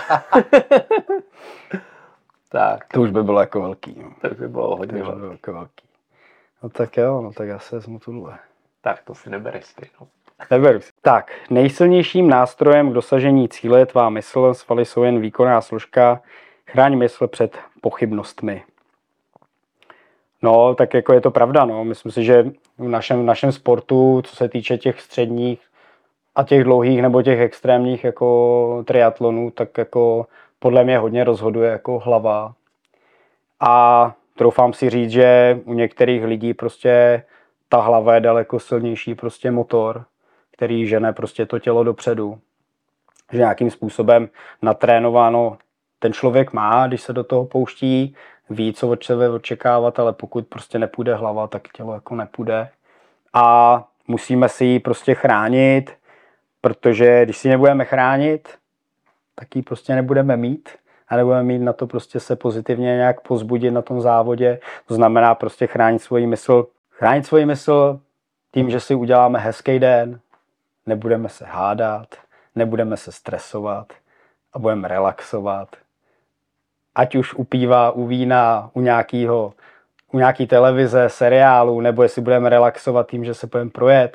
Tak. To už by bylo jako velký. No. To by bylo hodně to by bylo jako velký. No tak jo, no tak já se vezmu tuhle. Tak to si nebereš stejnou. Neberu si. Tak, nejsilnějším nástrojem k dosažení cíle je tvá mysl, svaly jsou jen výkonná složka, chráň mysl před pochybnostmi. No, tak jako je to pravda, no. Myslím si, že v našem, v našem sportu, co se týče těch středních a těch dlouhých nebo těch extrémních jako triatlonů, tak jako podle mě hodně rozhoduje jako hlava. A troufám si říct, že u některých lidí prostě ta hlava je daleko silnější prostě motor, který žene prostě to tělo dopředu. Že nějakým způsobem natrénováno ten člověk má, když se do toho pouští, ví, co od sebe očekávat, ale pokud prostě nepůjde hlava, tak tělo jako nepůjde. A musíme si ji prostě chránit, protože když si ji nebudeme chránit, tak ji prostě nebudeme mít a nebudeme mít na to prostě se pozitivně nějak pozbudit na tom závodě. To znamená prostě chránit svoji mysl. Chránit svoji mysl tím, že si uděláme hezký den, nebudeme se hádat, nebudeme se stresovat a budeme relaxovat. Ať už u piva, u vína, u nějakého, u nějaký televize, seriálu, nebo jestli budeme relaxovat tím, že se budeme projet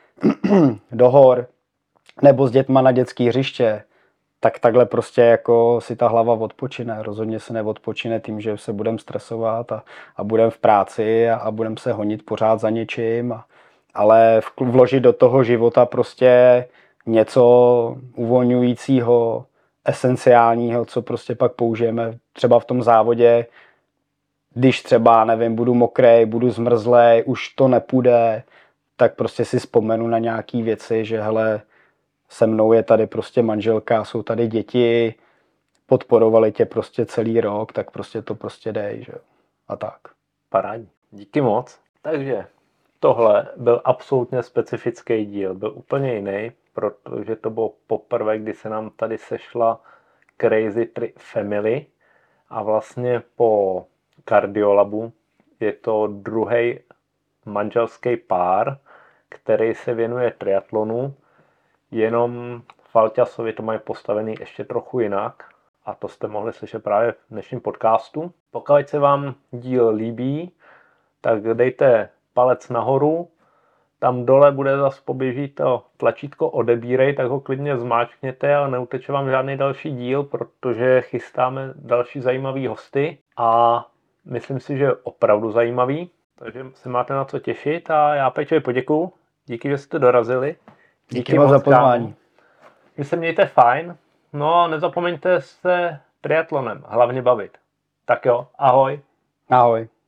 do hor, nebo s dětma na dětský hřiště, tak takhle prostě jako si ta hlava odpočine. Rozhodně se neodpočine tím, že se budeme stresovat a, a budeme v práci a, a budeme se honit pořád za něčím. A, ale vložit do toho života prostě něco uvolňujícího, esenciálního, co prostě pak použijeme třeba v tom závodě, když třeba, nevím, budu mokrej, budu zmrzlej, už to nepůjde, tak prostě si vzpomenu na nějaký věci, že hele, se mnou je tady prostě manželka, jsou tady děti, podporovali tě prostě celý rok, tak prostě to prostě dej, že jo. A tak. Parádní. Díky moc. Takže tohle byl absolutně specifický díl, byl úplně jiný, protože to bylo poprvé, kdy se nám tady sešla Crazy Tri Family a vlastně po Cardiolabu je to druhý manželský pár, který se věnuje triatlonu, jenom Falťasovi to mají postavený ještě trochu jinak a to jste mohli slyšet právě v dnešním podcastu. Pokud se vám díl líbí, tak dejte palec nahoru, tam dole bude zase poběží to tlačítko odebírej, tak ho klidně zmáčkněte, ale neuteče vám žádný další díl, protože chystáme další zajímavý hosty a myslím si, že je opravdu zajímavý, takže se máte na co těšit a já Peťovi poděkuju, díky, že jste dorazili. Díky moc za pozvání. Vy se mějte fajn, no a nezapomeňte se triatlonem hlavně bavit. Tak jo, ahoj. Ahoj.